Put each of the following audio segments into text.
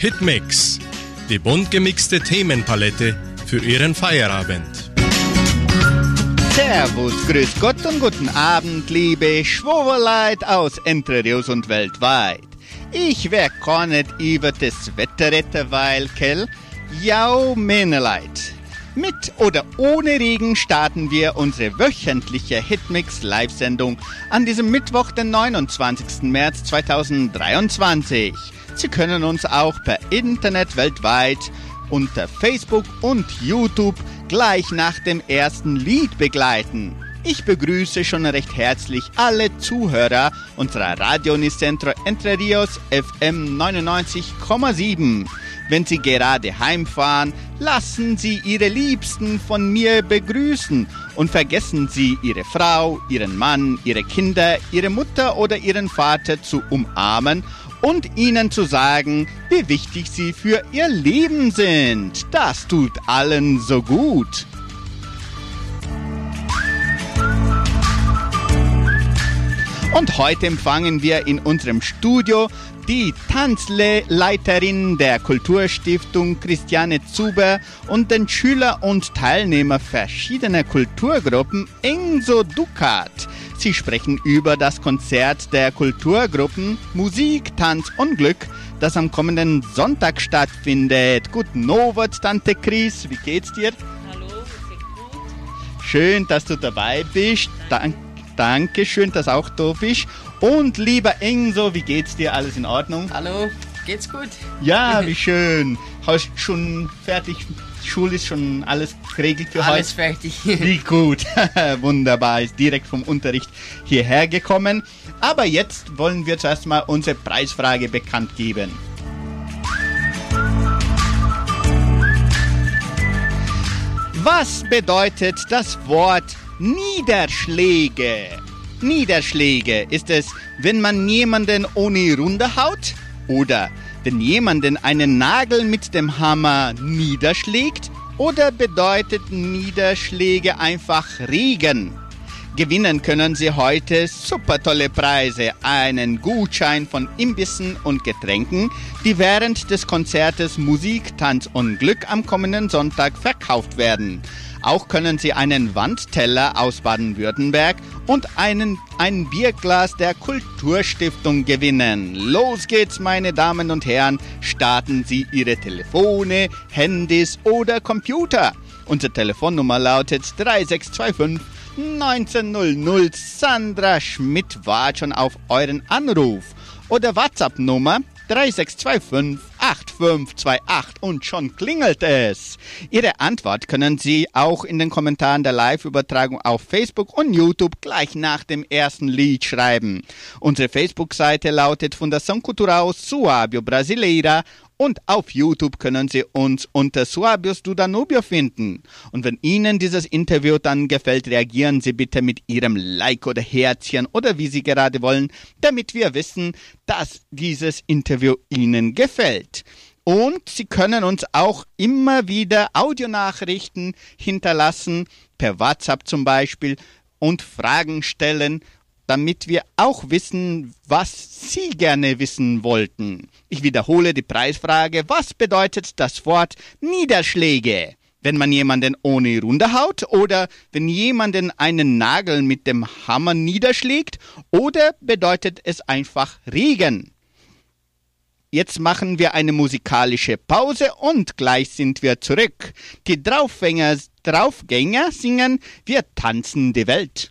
Hitmix, die bunt gemixte Themenpalette für Ihren Feierabend. Servus, grüß Gott und guten Abend, liebe Schwoberleut aus Entre Rios und weltweit. Ich wär gar nicht über das Wetter retten, weil, jau Männeleid. Mit oder ohne Regen starten wir unsere wöchentliche Hitmix-Live-Sendung an diesem Mittwoch, den 29. März 2023. Sie können uns auch per Internet weltweit unter Facebook und YouTube gleich nach dem ersten Lied begleiten. Ich begrüße schon recht herzlich alle Zuhörer unserer Radio Unicentro Entre Rios FM 99,7. Wenn Sie gerade heimfahren, lassen Sie Ihre Liebsten von mir begrüßen und vergessen Sie Ihre Frau, Ihren Mann, Ihre Kinder, Ihre Mutter oder Ihren Vater zu umarmen und ihnen zu sagen, wie wichtig sie für ihr Leben sind. Das tut allen so gut. Und heute empfangen wir in unserem Studio die Tanzleiterin der Kulturstiftung Christiane Zuber und den Schüler und Teilnehmer verschiedener Kulturgruppen Enzo Ducat. Sie sprechen über das Konzert der Kulturgruppen Musik, Tanz und Glück, das am kommenden Sonntag stattfindet. Guten Abend, Tante Chris, wie geht's dir? Hallo, es geht gut. Schön, dass du dabei bist. Danke, schön, dass du auch da bist. Und lieber Enzo, wie geht's dir? Alles in Ordnung? Hallo, geht's gut? Ja, wie schön. Hast schon fertig? Schule ist schon alles geregelt für heute? Alles fertig. Wie gut. Wunderbar, ist direkt vom Unterricht hierher gekommen. Aber jetzt wollen wir zuerst mal unsere Preisfrage bekannt geben. Was bedeutet das Wort Niederschläge? Niederschläge, ist es, wenn man jemanden ohne Runde haut? Oder wenn jemanden einen Nagel mit dem Hammer niederschlägt? Oder bedeutet Niederschläge einfach Regen? Gewinnen können Sie heute super tolle Preise, einen Gutschein von Imbissen und Getränken, die während des Konzertes Musik, Tanz und Glück am kommenden Sonntag verkauft werden. Auch können Sie einen Wandteller aus Baden-Württemberg und ein Bierglas der Kulturstiftung gewinnen. Los geht's, meine Damen und Herren. Starten Sie Ihre Telefone, Handys oder Computer. Unsere Telefonnummer lautet 3625 1900. Sandra Schmidt wartet schon auf euren Anruf. Oder WhatsApp-Nummer 3625 8528 und schon klingelt es. Ihre Antwort können Sie auch in den Kommentaren der Live-Übertragung auf Facebook und YouTube gleich nach dem ersten Lied schreiben. Unsere Facebook-Seite lautet Fundação Cultural Suábio Brasileira und auf YouTube können Sie uns unter Suábios do Danúbio finden. Und wenn Ihnen dieses Interview dann gefällt, reagieren Sie bitte mit Ihrem Like oder Herzchen oder wie Sie gerade wollen, damit wir wissen, dass dieses Interview Ihnen gefällt. Und Sie können uns auch immer wieder Audionachrichten hinterlassen, per WhatsApp zum Beispiel, und Fragen stellen, damit wir auch wissen, was Sie gerne wissen wollten. Ich wiederhole die Preisfrage. Was bedeutet das Wort Niederschläge? Wenn man jemanden ohne Runde haut oder wenn jemanden einen Nagel mit dem Hammer niederschlägt oder bedeutet es einfach Regen? Jetzt machen wir eine musikalische Pause und gleich sind wir zurück. Die Draufgänger singen Wir tanzen die Welt.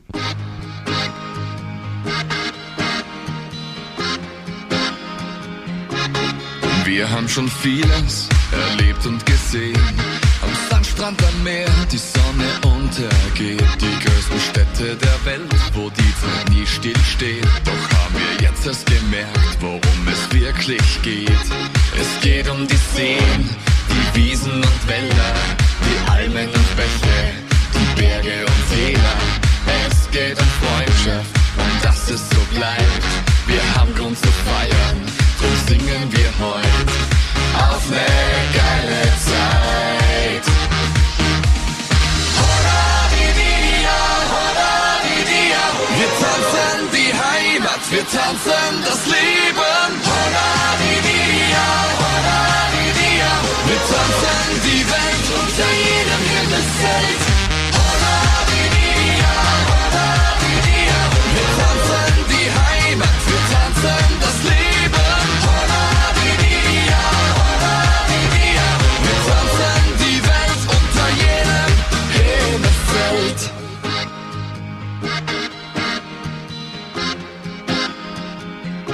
Wir haben schon vieles erlebt und gesehen. Am Sandstrand, am Meer, die Sonne untergeht. Die größten Städte der Welt, wo die Zeit nie stillsteht. Doch haben wir jetzt erst gemerkt, worum es wirklich geht. Es geht um die Seen, die Wiesen und Wälder, die Almen und Bäche, die Berge und Täler. Es geht um Freundschaft und dass es so bleibt. Wir haben Grund zu feiern, drum singen wir heute auf ne geile Zeit. Hola di dia, hola di dia. Wir tanzen die Heimat, wir tanzen das Leben. Hola di dia, hola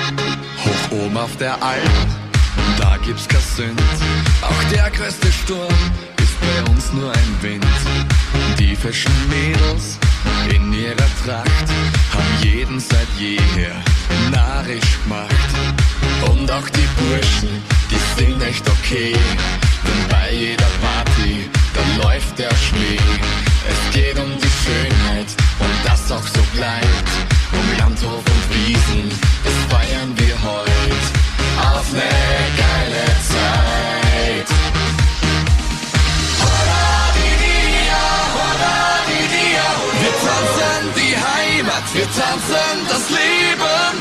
Hoch oben auf der Alp, da gibt's kein Sünd. Auch der größte Sturm ist bei uns nur ein Wind. Die frischen Mädels in ihrer Tracht haben jeden seit jeher narrisch gemacht. Und auch die Burschen, die sind echt okay, denn bei jeder Party, da läuft der Schnee. Es geht um die Schönheit und das auch so bleibt. Um Landhof und Wiesen, das feiern wir heut auf ne geile Zeit. Wir tanzen die Heimat, wir tanzen das Leben.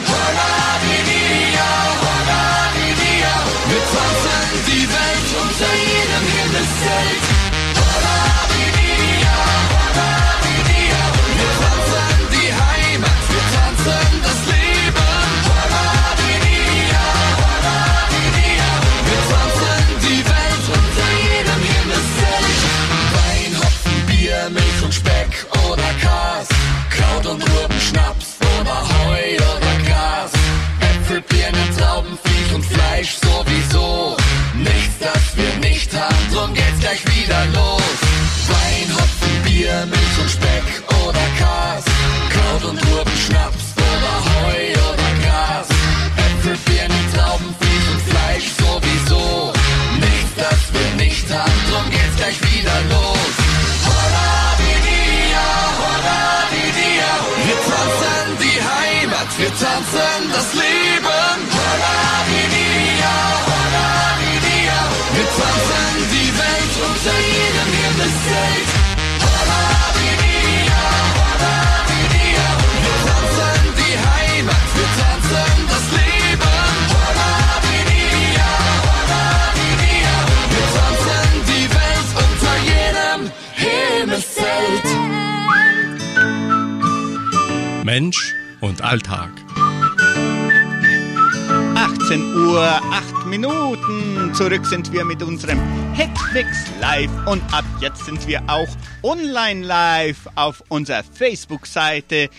Wir tanzen die Welt unter jedem Himmelszelt. Wir tanzen die Heimat, wir tanzen das Leben. Wir tanzen die Welt unter jedem Himmelszelt. Wein, Hopfen, Bier, Milch und Speck oder Kas, Kraut und Rüben, Schnaps oder Heu oder Gras, Äpfel, Birnen, Trauben, Viech und Fleisch sowieso. Nichts, das wir nicht haben, drum geht's gleich wieder los. Wein, Hopfen, Bier, Milch und Speck oder Kas, Kraut und Rüben, Schnaps oder Heu oder Gras, Äpfel, Birnen, Trauben, Viech und Fleisch sowieso. Nichts, das wir nicht haben, drum geht's gleich wieder los. Wir tanzen die Heimat, wir tanzen das Leben. Wir tanzen die Welt unter jedem Himmelszelt. Wir tanzen die Heimat, wir tanzen das Leben. Wir tanzen die Welt unter jedem Himmelszelt. Mensch und Alltag. 18 Uhr, 8 Minuten. Zurück sind wir mit unserem Hedwigs Live. Und ab jetzt sind wir auch online live auf unserer Facebook-Seite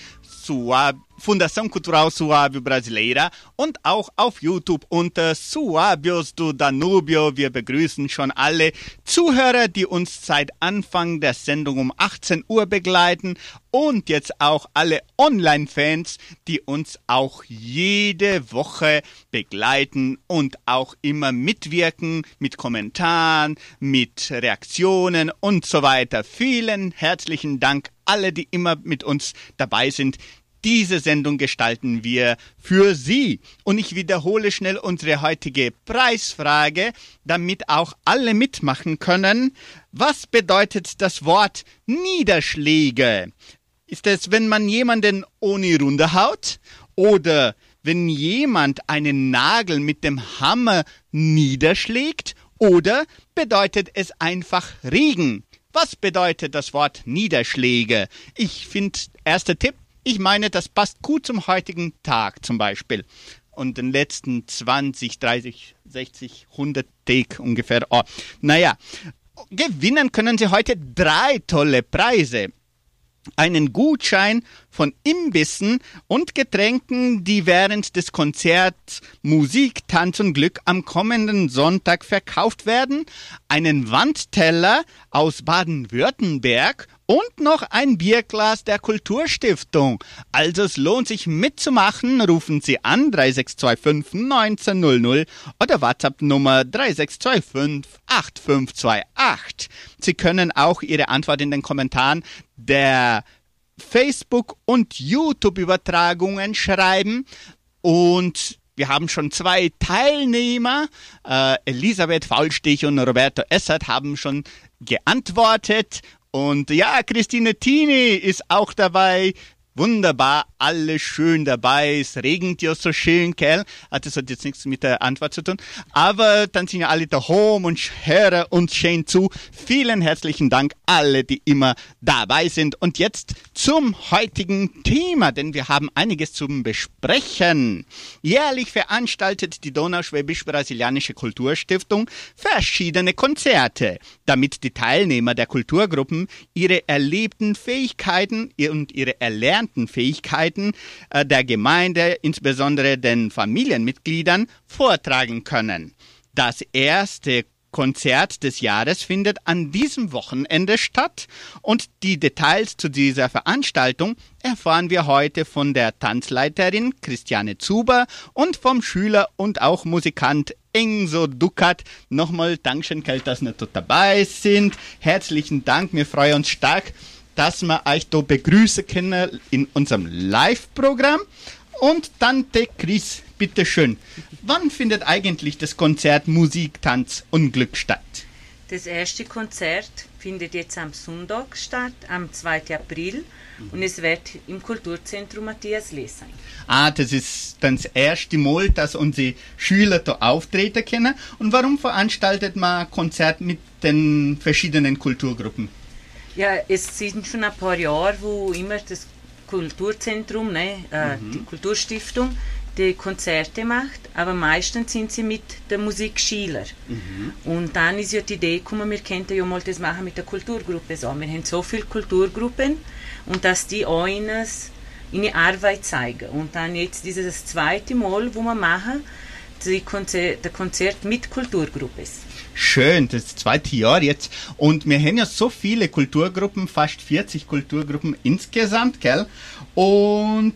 Fundação Cultural Suábio Brasileira und auch auf YouTube unter Suábios do Danúbio. Wir begrüßen schon alle Zuhörer, die uns seit Anfang der Sendung um 18 Uhr begleiten und jetzt auch alle Online-Fans, die uns auch jede Woche begleiten und auch immer mitwirken mit Kommentaren, mit Reaktionen und so weiter. Vielen herzlichen Dank, alle, die immer mit uns dabei sind. Diese Sendung gestalten wir für Sie. Und ich wiederhole schnell unsere heutige Preisfrage, damit auch alle mitmachen können. Was bedeutet das Wort Niederschläge? Ist es, wenn man jemanden ohne Runde haut? Oder wenn jemand einen Nagel mit dem Hammer niederschlägt? Oder bedeutet es einfach Regen? Was bedeutet das Wort Niederschläge? Ich finde, erster Tipp, ich meine, das passt gut zum heutigen Tag zum Beispiel. Und den letzten 20, 30, 60, 100 Tag ungefähr. Oh. Naja, gewinnen können Sie heute 3 tolle Preise. Einen Gutschein von Imbissen und Getränken, die während des Konzerts Musik, Tanz und Glück am kommenden Sonntag verkauft werden, einen Wandteller aus Baden-Württemberg und noch ein Bierglas der Kulturstiftung. Also es lohnt sich mitzumachen. Rufen Sie an 3625 1900 oder WhatsApp-Nummer 3625 8528. Sie können auch Ihre Antwort in den Kommentaren der Facebook- und YouTube-Übertragungen schreiben. Und wir haben schon 2 Teilnehmer, Elisabeth Faulstich und Roberto Essert, haben schon geantwortet. Und ja, Christine Tini ist auch dabei. Wunderbar, alle schön dabei. Es regnet ja so schön, gell? Das hat jetzt nichts mit der Antwort zu tun. Aber dann sind ja alle daheim und hören uns schön zu. Vielen herzlichen Dank, alle, die immer dabei sind. Und jetzt zum heutigen Thema, denn wir haben einiges zum Besprechen. Jährlich veranstaltet die Donauschwäbisch-Brasilianische Kulturstiftung verschiedene Konzerte, damit die Teilnehmer der Kulturgruppen ihre erlebten Fähigkeiten und ihre erlernten erlernten Fähigkeiten der Gemeinde, insbesondere den Familienmitgliedern, vortragen können. Das erste Konzert des Jahres findet an diesem Wochenende statt und die Details zu dieser Veranstaltung erfahren wir heute von der Tanzleiterin Christiane Zuber und vom Schüler und auch Musikant Enzo Ducat. Nochmal Dankeschön, dass ihr dort dabei sind. Herzlichen Dank, wir freuen uns stark, dass wir euch da begrüßen können in unserem Live-Programm. Und Tante Chris, bitteschön. Wann findet eigentlich das Konzert Musik, Tanz und Glück statt? Das erste Konzert findet jetzt am Sonntag statt, am 2. April. Und es wird im Kulturzentrum Matthias Lee sein. Das ist dann das erste Mal, dass unsere Schüler da auftreten können. Und warum veranstaltet man ein Konzert mit den verschiedenen Kulturgruppen? Ja, es sind schon ein paar Jahre, wo immer das Kulturzentrum, die Kulturstiftung, die Konzerte macht, aber meistens sind sie mit der Musikschüler. Und dann ist ja die Idee gekommen, wir könnten ja mal das machen mit der Kulturgruppe. So. Wir haben so viele Kulturgruppen und dass die auch ihre Arbeit zeigen. Und dann jetzt ist es das zweite Mal, wo wir machen, der Konzert mit Kulturgruppen. Schön, das zweite Jahr jetzt. Und wir haben ja so viele Kulturgruppen, fast 40 Kulturgruppen insgesamt, gell? Und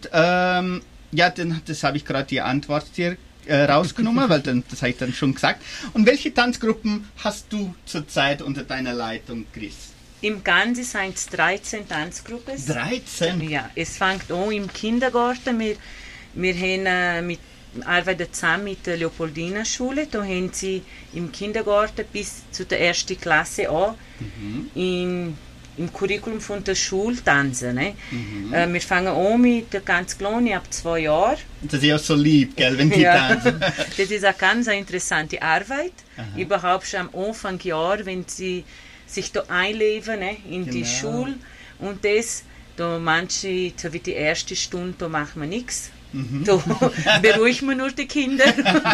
das habe ich gerade die Antwort dir rausgenommen, weil das habe ich dann schon gesagt. Und welche Tanzgruppen hast du zurzeit unter deiner Leitung, Chris? Im Ganzen sind es 13 Tanzgruppen. 13? Ja, es fängt an im Kindergarten. Wir haben arbeiten zusammen mit der Leopoldina-Schule. Da haben sie im Kindergarten bis zu der 1. Klasse an im Curriculum von der Schule tanzen. Ne? Wir fangen an mit der ganz Kleinen ab 2 Jahren. Das ist ja so lieb, gell, wenn die tanzen. Das ist eine ganz interessante Arbeit. Überhaupt schon am Anfang Jahr, wenn sie sich da einleben, ne, in die Schule. Und da manche, so wie die erste Stunde, da machen wir nichts. Da beruhigen wir nur die Kinder.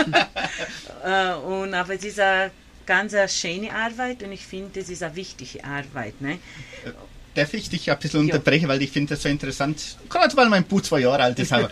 Aber es ist eine ganz schöne Arbeit und ich finde, es ist eine wichtige Arbeit. Ne? Darf ich dich ein bisschen unterbrechen, weil ich finde das so interessant, gerade weil mein Bub 2 Jahre alt ist.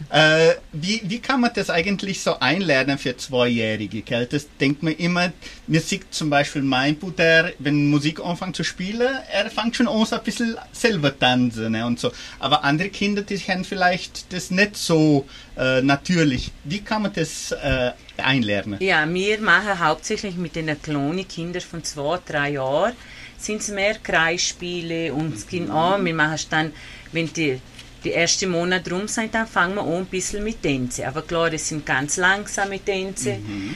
Wie kann man das eigentlich so einlernen für 2-Jährige? Gell? Das denkt man immer, mir sieht zum Beispiel mein Bub, wenn Musik anfängt zu spielen, er fängt schon an, so ein bisschen selber tanzen, ne, und so. Aber andere Kinder, die haben vielleicht das nicht so natürlich. Wie kann man das einlernen? Ja, wir machen hauptsächlich mit den kleinen Kindern von 2-3 Jahren, sind es mehr Kreisspiele und es geht an. Wir machen es dann, wenn die ersten Monate rum sind, dann fangen wir an ein bisschen mit Tänzen. Aber klar, es sind ganz langsame Tänze,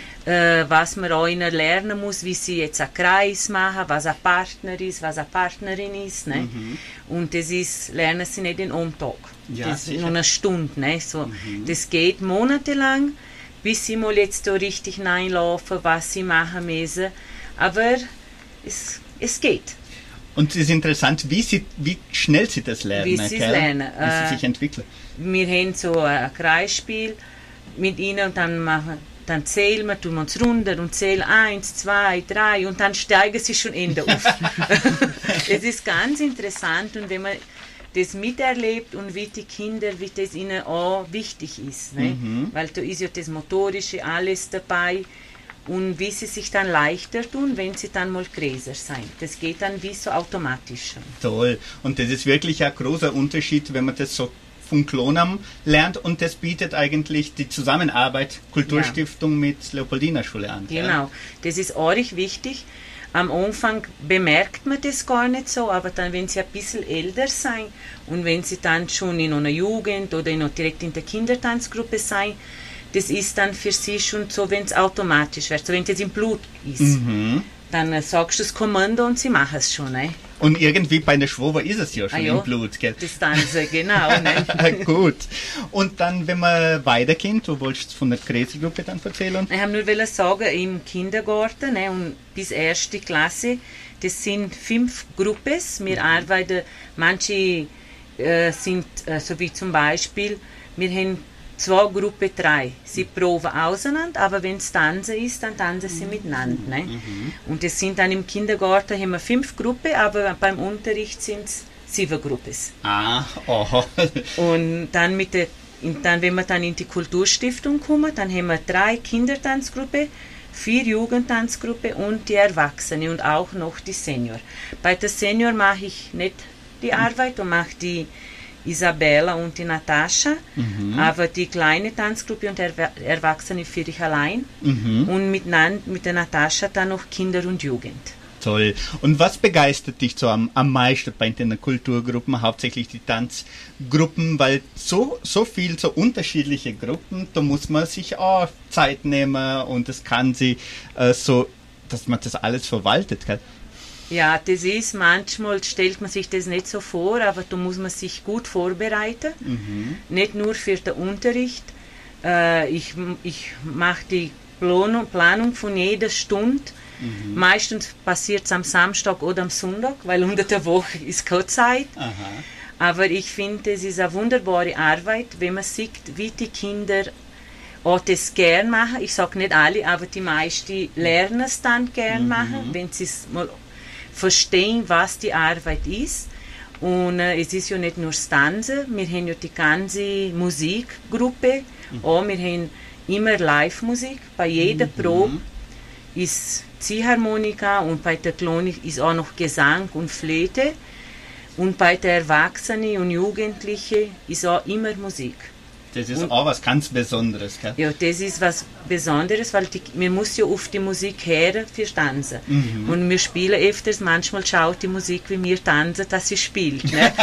was man auch lernen muss, wie sie jetzt einen Kreis machen, was ein Partner ist, was eine Partnerin ist. Ne? Und das lernen sie nicht in einem Tag. Ja, das ist nur eine Stunde. Ne? So, das geht monatelang, bis sie mal jetzt da richtig reinlaufen, was sie machen müssen. Aber es geht. Und es ist interessant, wie schnell sie das lernen. Wie sie es lernen. Wie sie sich entwickeln. Wir haben so ein Kreisspiel mit ihnen und dann zählen wir, tun wir uns runter und zählen 1, 2, 3 und dann steigen sie schon Ende auf. Es ist ganz interessant und wenn man das miterlebt und wie die Kinder, wie das ihnen auch wichtig ist. Ne? Weil da ist ja das Motorische alles dabei. Und wie sie sich dann leichter tun, wenn sie dann mal größer sind. Das geht dann wie so automatisch. Toll. Und das ist wirklich ein großer Unterschied, wenn man das so von Klonam lernt. Und das bietet eigentlich die Zusammenarbeit Kulturstiftung mit Leopoldina-Schule an. Genau. Das ist auch wichtig. Am Anfang bemerkt man das gar nicht so, aber dann, wenn sie ein bisschen älter sind und wenn sie dann schon in einer Jugend oder direkt in der Kindertanzgruppe sind, das ist dann für sie schon so, wenn es automatisch wird, so wenn es im Blut ist. Dann sagst du das Kommando und sie machen es schon. Ne? Und irgendwie bei der Schwober ist es ja schon im Blut. Gell? Das Tanzen, genau. Ne? Gut. Und dann, wenn man weiterkommt, du wolltest von der Kreisgruppe dann erzählen? Ich habe nur sagen, im Kindergarten und bis 1. Klasse, das sind 5 Gruppen. Wir arbeiten, manche sind, so wie zum Beispiel, wir haben 2 Gruppe 3. Sie proben auseinander, aber wenn es Tanzen ist, dann tanzen sie miteinander. Ne? Und das sind dann im Kindergarten haben wir 5 Gruppen, aber beim Unterricht sind es 7 Gruppen. Oh. Und dann, wenn wir dann in die Kulturstiftung kommen, dann haben wir 3 Kindertanzgruppen, 4 Jugendtanzgruppen und die Erwachsene und auch noch die Senior. Bei der Senior mache ich nicht die Arbeit und mache die Isabella und die Natascha, aber die kleine Tanzgruppe und Erwachsene führe ich allein und mit der Natascha dann noch Kinder und Jugend. Toll. Und was begeistert dich so am meisten bei den Kulturgruppen, hauptsächlich die Tanzgruppen, weil so viel, so unterschiedliche Gruppen, da muss man sich auch Zeit nehmen und das kann sie so, dass man das alles verwaltet kann. Ja, das ist, manchmal stellt man sich das nicht so vor, aber da muss man sich gut vorbereiten, nicht nur für den Unterricht. Ich mache die Planung von jeder Stunde. Meistens passiert es am Samstag oder am Sonntag, weil unter der Woche ist keine Zeit. Aber ich finde, es ist eine wunderbare Arbeit, wenn man sieht, wie die Kinder auch das gern machen. Ich sage nicht alle, aber die meisten lernen es dann gern machen, wenn sie es mal verstehen, was die Arbeit ist. Und es ist ja nicht nur das Tanzen, wir haben ja die ganze Musikgruppe, auch wir haben immer Live-Musik, bei jeder Probe ist Ziehharmonika und bei der Kleinen ist auch noch Gesang und Flöte und bei der Erwachsenen und Jugendlichen ist auch immer Musik. Das ist auch was ganz Besonderes, gell? Ja, das ist was Besonderes, weil man muss ja auf die Musik hören für Tanzen. Und wir spielen öfters, manchmal schaut die Musik, wie wir tanzen, dass sie spielt. Ne?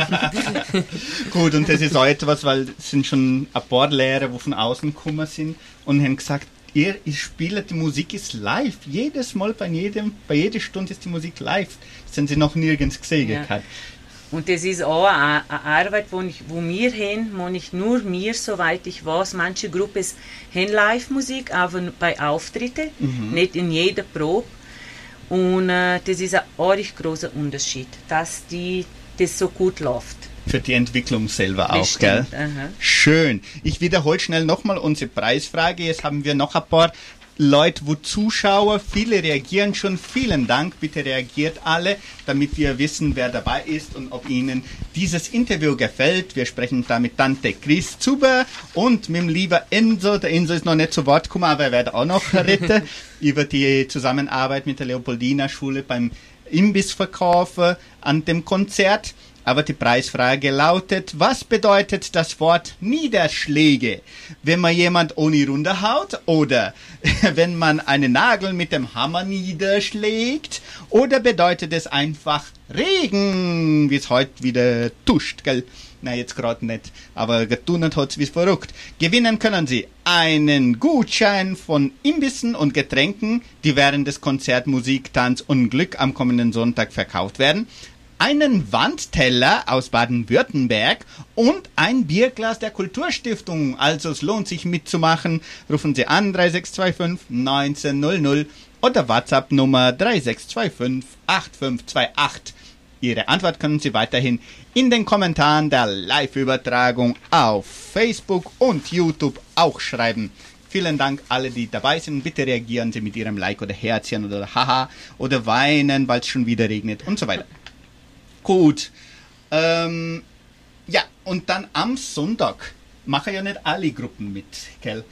Gut, und das ist auch etwas, weil es sind schon ein paar Lehrer, die von außen gekommen sind und haben gesagt, ihr spielt, die Musik ist live. Jedes Mal, bei jeder Stunde ist die Musik live. Das haben sie noch nirgends gesehen. Ja. Und das ist auch eine Arbeit, wo wir haben, wo nicht nur mir, soweit ich weiß, manche Gruppen haben Live-Musik, aber bei Auftritten, nicht in jeder Probe. Und das ist ein ordentlich großer Unterschied, dass das so gut läuft. Für die Entwicklung selber auch, gell? Schön. Ich wiederhole schnell nochmal unsere Preisfrage. Jetzt haben wir noch ein paar Leute, Zuschauer, viele reagieren schon. Vielen Dank, bitte reagiert alle, damit wir wissen, wer dabei ist und ob Ihnen dieses Interview gefällt. Wir sprechen da mit Tante Chris Zuber und mit dem lieben Enzo. Der Enzo ist noch nicht zu Wort gekommen, aber er wird auch noch reden über die Zusammenarbeit mit der Leopoldina-Schule beim Imbissverkauf an dem Konzert. Aber die Preisfrage lautet, was bedeutet das Wort Niederschläge? Wenn man jemand ohne Runde haut oder wenn man einen Nagel mit dem Hammer niederschlägt oder bedeutet es einfach Regen, wie es heute wieder tuscht, gell? Na, jetzt gerade nicht, aber getunet hat's wie verrückt. Gewinnen können Sie einen Gutschein von Imbissen und Getränken, die während des Konzerts Musik, Tanz und Glück am kommenden Sonntag verkauft werden, einen Wandteller aus Baden-Württemberg und ein Bierglas der Kulturstiftung. Also es lohnt sich mitzumachen. Rufen Sie an 3625 1900 oder WhatsApp-Nummer 3625 8528. Ihre Antwort können Sie weiterhin in den Kommentaren der Live-Übertragung auf Facebook und YouTube auch schreiben. Vielen Dank alle, die dabei sind. Bitte reagieren Sie mit Ihrem Like oder Herzchen oder Haha oder weinen, weil es schon wieder regnet und so weiter. Gut. Ja, und dann am Sonntag machen ja nicht alle Gruppen mit, gell?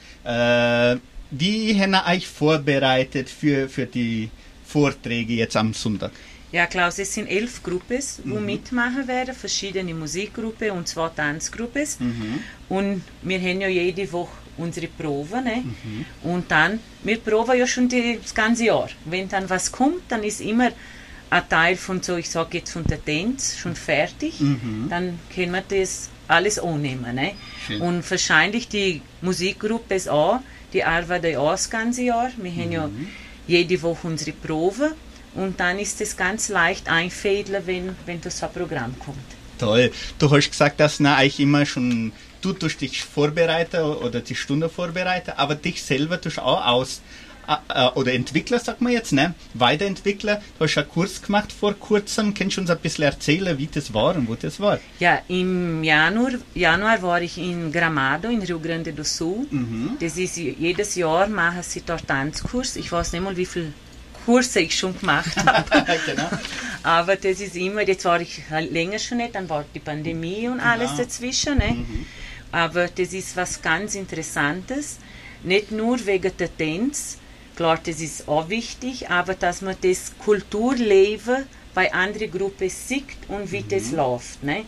Wie haben euch vorbereitet für die Vorträge jetzt am Sonntag? Ja, Klaus, es sind 11 Gruppen, die mitmachen werden, verschiedene Musikgruppen und 2 Tanzgruppen. Und wir haben ja jede Woche unsere Proben, ne? Und dann, wir proben ja schon das ganze Jahr. Wenn dann was kommt, dann ist immer ein Teil von so, ich sage jetzt von der Tanz schon fertig, dann können wir das alles annehmen. Ne? Und wahrscheinlich die Musikgruppe ist auch, die arbeitet auch das ganze Jahr. Wir haben ja jede Woche unsere Probe und dann ist es ganz leicht einfädeln, wenn das so ein Programm kommt. Toll. Du hast gesagt, dass euch immer schon, du tust dich vorbereiten oder die Stunde vorbereiten, aber dich selber tust auch oder Entwickler, sagt man jetzt, ne? Weiterentwickler. Du hast einen Kurs gemacht vor kurzem. Kannst du uns ein bisschen erzählen, wie das war und wo das war? Ja, im Januar war ich in Gramado, in Rio Grande do Sul. Das ist, jedes Jahr machen sie dort Tanzkurs. Ich weiß nicht mal, wie viele Kurse ich schon gemacht habe. Genau. Aber das ist immer, jetzt war ich länger schon nicht, dann war die Pandemie und alles dazwischen. Ne? Aber das ist was ganz Interessantes. Nicht nur wegen der Tanz, klar, das ist auch wichtig, aber dass man das Kulturleben bei anderen Gruppen sieht und wie das läuft. Ne?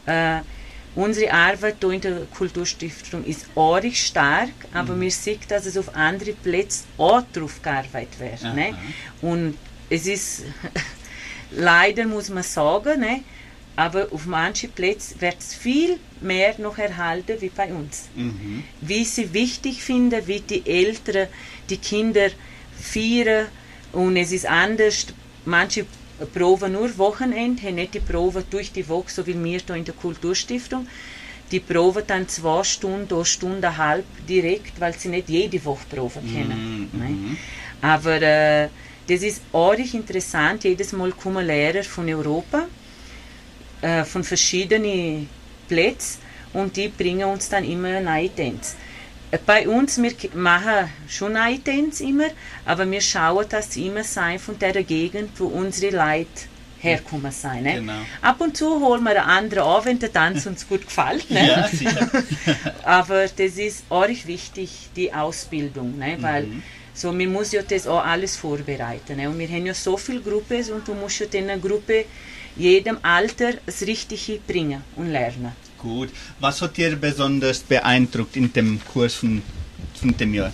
Unsere Arbeit hier in der Kulturstiftung ist auch recht stark, aber man sieht, dass es auf andere Plätze auch drauf gearbeitet wird. Ne? Und es ist, leider muss man sagen, ne? Aber auf manchen Plätzen wird es viel mehr noch erhalten wie bei uns. Wie sie wichtig finden, wie die Eltern die Kinder feiern. Und es ist anders. Manche Proben nur Wochenende, haben nicht die Proben durch die Woche, so wie wir hier in der Kulturstiftung. Die Proben dann 2 Stunden oder Stunde halb direkt, weil sie nicht jede Woche Proben kennen. Ne? Aber das ist auch interessant. Jedes Mal kommen Lehrer von Europa, von verschiedenen Plätzen, und die bringen uns dann immer neue Tänze. Bei uns, wir machen schon neue Tänze immer, aber wir schauen, dass sie immer sein von der Gegend, wo unsere Leute herkommen sein. Ne? Genau. Ab und zu holen wir einen anderen an, wenn der Tanz uns gut gefällt. Ne? Ja, sicher. Aber das ist auch wichtig, die Ausbildung, ne? Weil so, man muss ja das auch alles vorbereiten. Ne? Und wir haben ja so viele Gruppen und du musst ja in einer Gruppe jedem Alter das Richtige bringen und lernen. Gut. Was hat dir besonders beeindruckt in dem Kurs von dem Jahr?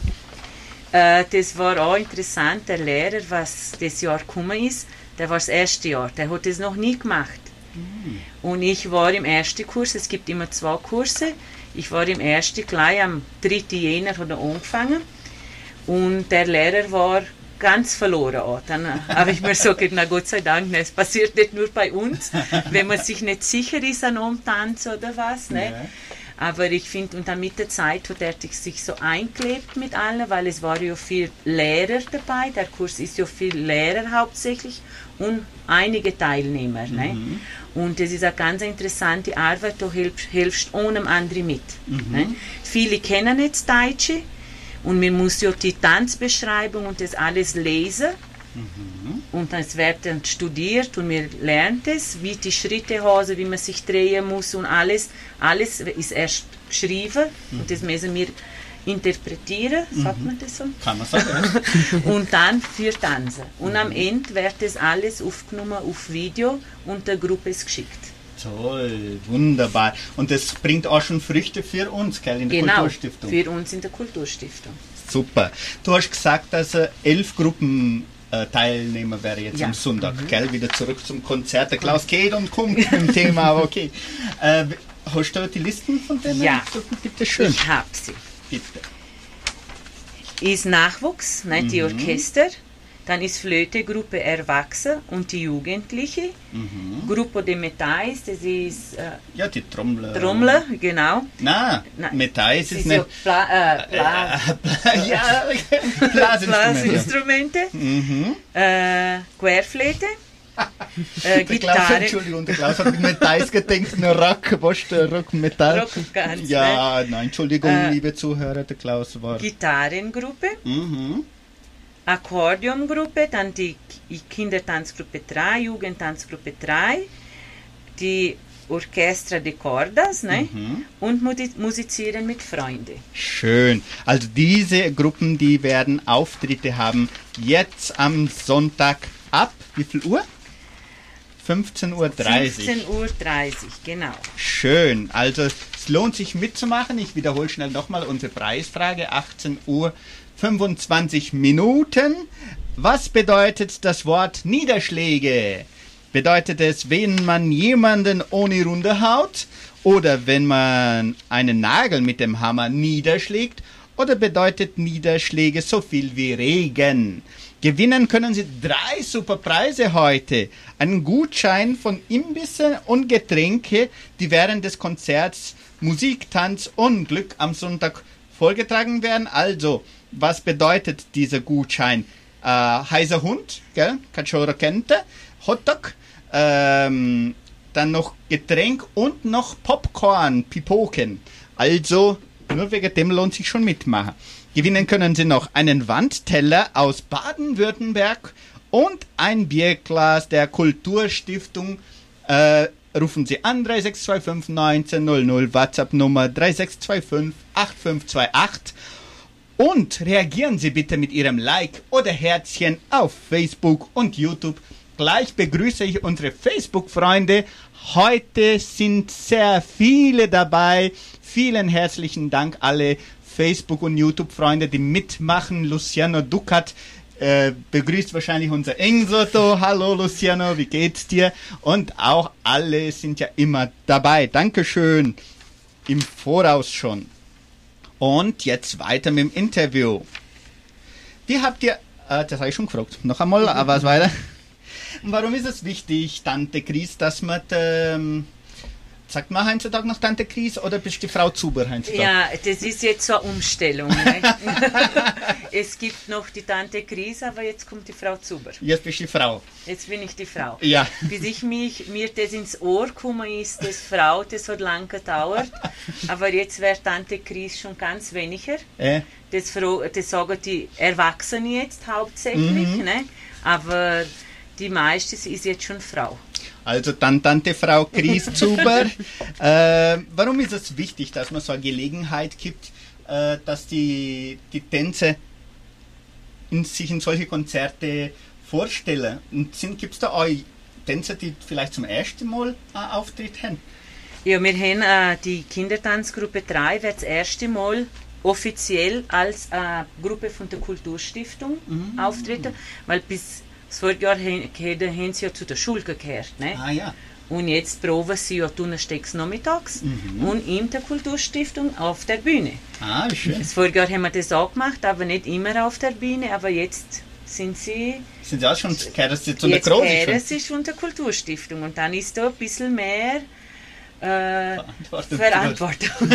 Das war auch interessant. Der Lehrer, was das Jahr gekommen ist, der war das erste Jahr. Der hat das noch nie gemacht. Und ich war im ersten Kurs. Es gibt immer 2 Kurse. Ich war im ersten, gleich am 3. Jänner hat er angefangen. Und der Lehrer war ganz verloren auch. Dann habe ich mir so gedacht, na Gott sei Dank, es passiert nicht nur bei uns, wenn man sich nicht sicher ist an einem Tanz oder was. Ne? Ja. Aber ich finde, und dann mit der Zeit hat er sich so eingelebt mit allen, weil es war ja viel Lehrer dabei, der Kurs ist ja viel Lehrer hauptsächlich und einige Teilnehmer. Ne? Und das ist eine ganz interessante Arbeit, da hilfst ohne andere mit. Ne? Viele kennen nicht das Deutsche, und man muss ja die Tanzbeschreibung und das alles lesen. Und es wird dann studiert und man lernt es, wie die Schritte haben, wie man sich drehen muss und alles. Alles ist erst geschrieben und das müssen wir interpretieren, sagt man das so? Kann man sagen. Und dann für Tanzen. Und am Ende wird das alles aufgenommen auf Video und der Gruppe ist geschickt. Toll, wunderbar. Und das bringt auch schon Früchte für uns, gell, in der Kulturstiftung? Genau, für uns in der Kulturstiftung. Super. Du hast gesagt, dass 11 Gruppen Teilnehmer wäre jetzt am Sonntag, gell? Wieder zurück zum Konzert. Der Klaus geht und kommt mit dem Thema, aber okay. Hast du die Listen von denen? Ja, bitte schön. Ich habe sie. Bitte. Ist Nachwuchs, ne, die Orchester. Dann ist Flötegruppe Erwachsene und die Jugendliche. Gruppe de Metais, das ist... ja, die Trommler. Trommler, genau. Nein, Metais ist nicht... Blasinstrumente. Querflöte. Gitarre. Entschuldigung, der Klaus hat mit Metais gedacht, nur Rock, was der Rock, Metall. Rock ganz, ja, ne? Nein, Entschuldigung, liebe Zuhörer, der Klaus war... Gitarrengruppe. Akkordeongruppe, dann die Kindertanzgruppe 3, Jugendtanzgruppe 3, die Orchestra de Cordas, ne? Und musizieren mit Freunden. Schön. Also diese Gruppen, die werden Auftritte haben jetzt am Sonntag ab, wie viel Uhr? 15:30 Uhr. 15:30 Uhr, genau. Schön. Also es lohnt sich mitzumachen. Ich wiederhole schnell nochmal unsere Preisfrage. 18 Uhr 25 Minuten. Was bedeutet das Wort Niederschläge? Bedeutet es, wenn man jemanden ohne Runde haut? Oder wenn man einen Nagel mit dem Hammer niederschlägt? Oder bedeutet Niederschläge so viel wie Regen? Gewinnen können Sie 3 super Preise heute. Einen Gutschein von Imbisse und Getränke, die während des Konzerts Musik, Tanz und Glück am Sonntag vorgetragen werden. Also, was bedeutet dieser Gutschein? Heißer Hund, gell? Cachorro Kente, Hotdog, dann noch Getränk und noch Popcorn, Pipoken. Also Nur wegen dem lohnt sich schon mitmachen. Gewinnen können Sie noch einen Wandteller aus Baden-Württemberg und ein Bierglas der Kulturstiftung. Rufen Sie an 3625 1900, WhatsApp-Nummer 3625 8528 und reagieren Sie bitte mit Ihrem Like oder Herzchen auf Facebook und YouTube. Gleich begrüße ich unsere Facebook-Freunde. Heute sind sehr viele dabei. Vielen herzlichen Dank alle Facebook- und YouTube-Freunde, die mitmachen. Luciano Ducat begrüßt wahrscheinlich unser Engsoto. Hallo Luciano, wie geht's dir? Und auch alle sind ja immer dabei. Dankeschön im Voraus schon. Und jetzt weiter mit dem Interview. Wie habt ihr, das habe ich schon gefragt, noch einmal, aber was weiter? Warum ist es wichtig, Tante Chris, dass man, sagt man heutzutage noch Tante Chris oder bist du die Frau Zuber heutzutage? Ja, das ist jetzt so eine Umstellung. Ne? Es gibt noch die Tante Chris, aber jetzt kommt die Frau Zuber. Jetzt bist du die Frau. Jetzt bin ich die Frau. Ja. Bis mir das ins Ohr gekommen ist, das Frau, das hat lange gedauert. Aber jetzt wäre Tante Chris schon ganz weniger. Das sagen die Erwachsenen jetzt hauptsächlich. Ne? Aber die meiste ist jetzt schon Frau. Also dann Tante Frau Chris Zuber. Warum ist es wichtig, dass man so eine Gelegenheit gibt, dass die Tänze sich in solche Konzerte vorstellen? Und gibt es da auch Tänzer, die vielleicht zum ersten Mal einen Auftritt haben? Ja, wir haben die Kindertanzgruppe 3 wird das erste Mal offiziell als Gruppe von der Kulturstiftung auftreten, weil bis das Vorjahr haben sie ja zu der Schule gehört. Ne? Ah ja. Und jetzt proben sie ja donnerstags nachmittags und in der Kulturstiftung auf der Bühne. Ah, wie schön. Das Vorjahr haben wir das auch gemacht, aber nicht immer auf der Bühne, aber jetzt sind sie... Sind sie auch schon gehört sie zu der Großen? Jetzt gehören sie schon der Kulturstiftung und dann ist da ein bisschen mehr Verantwortung.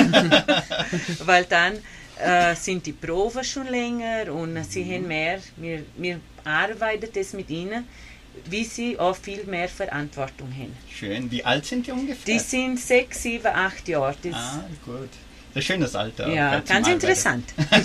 Weil dann sind die Proben schon länger und sie haben mehr, wir arbeiten das mit ihnen, wie sie auch viel mehr Verantwortung haben. Schön. Wie alt sind die ungefähr? Die sind 6, 7, 8 Jahre. Gut. Das ist ein schönes Alter. Ja, ganz interessant.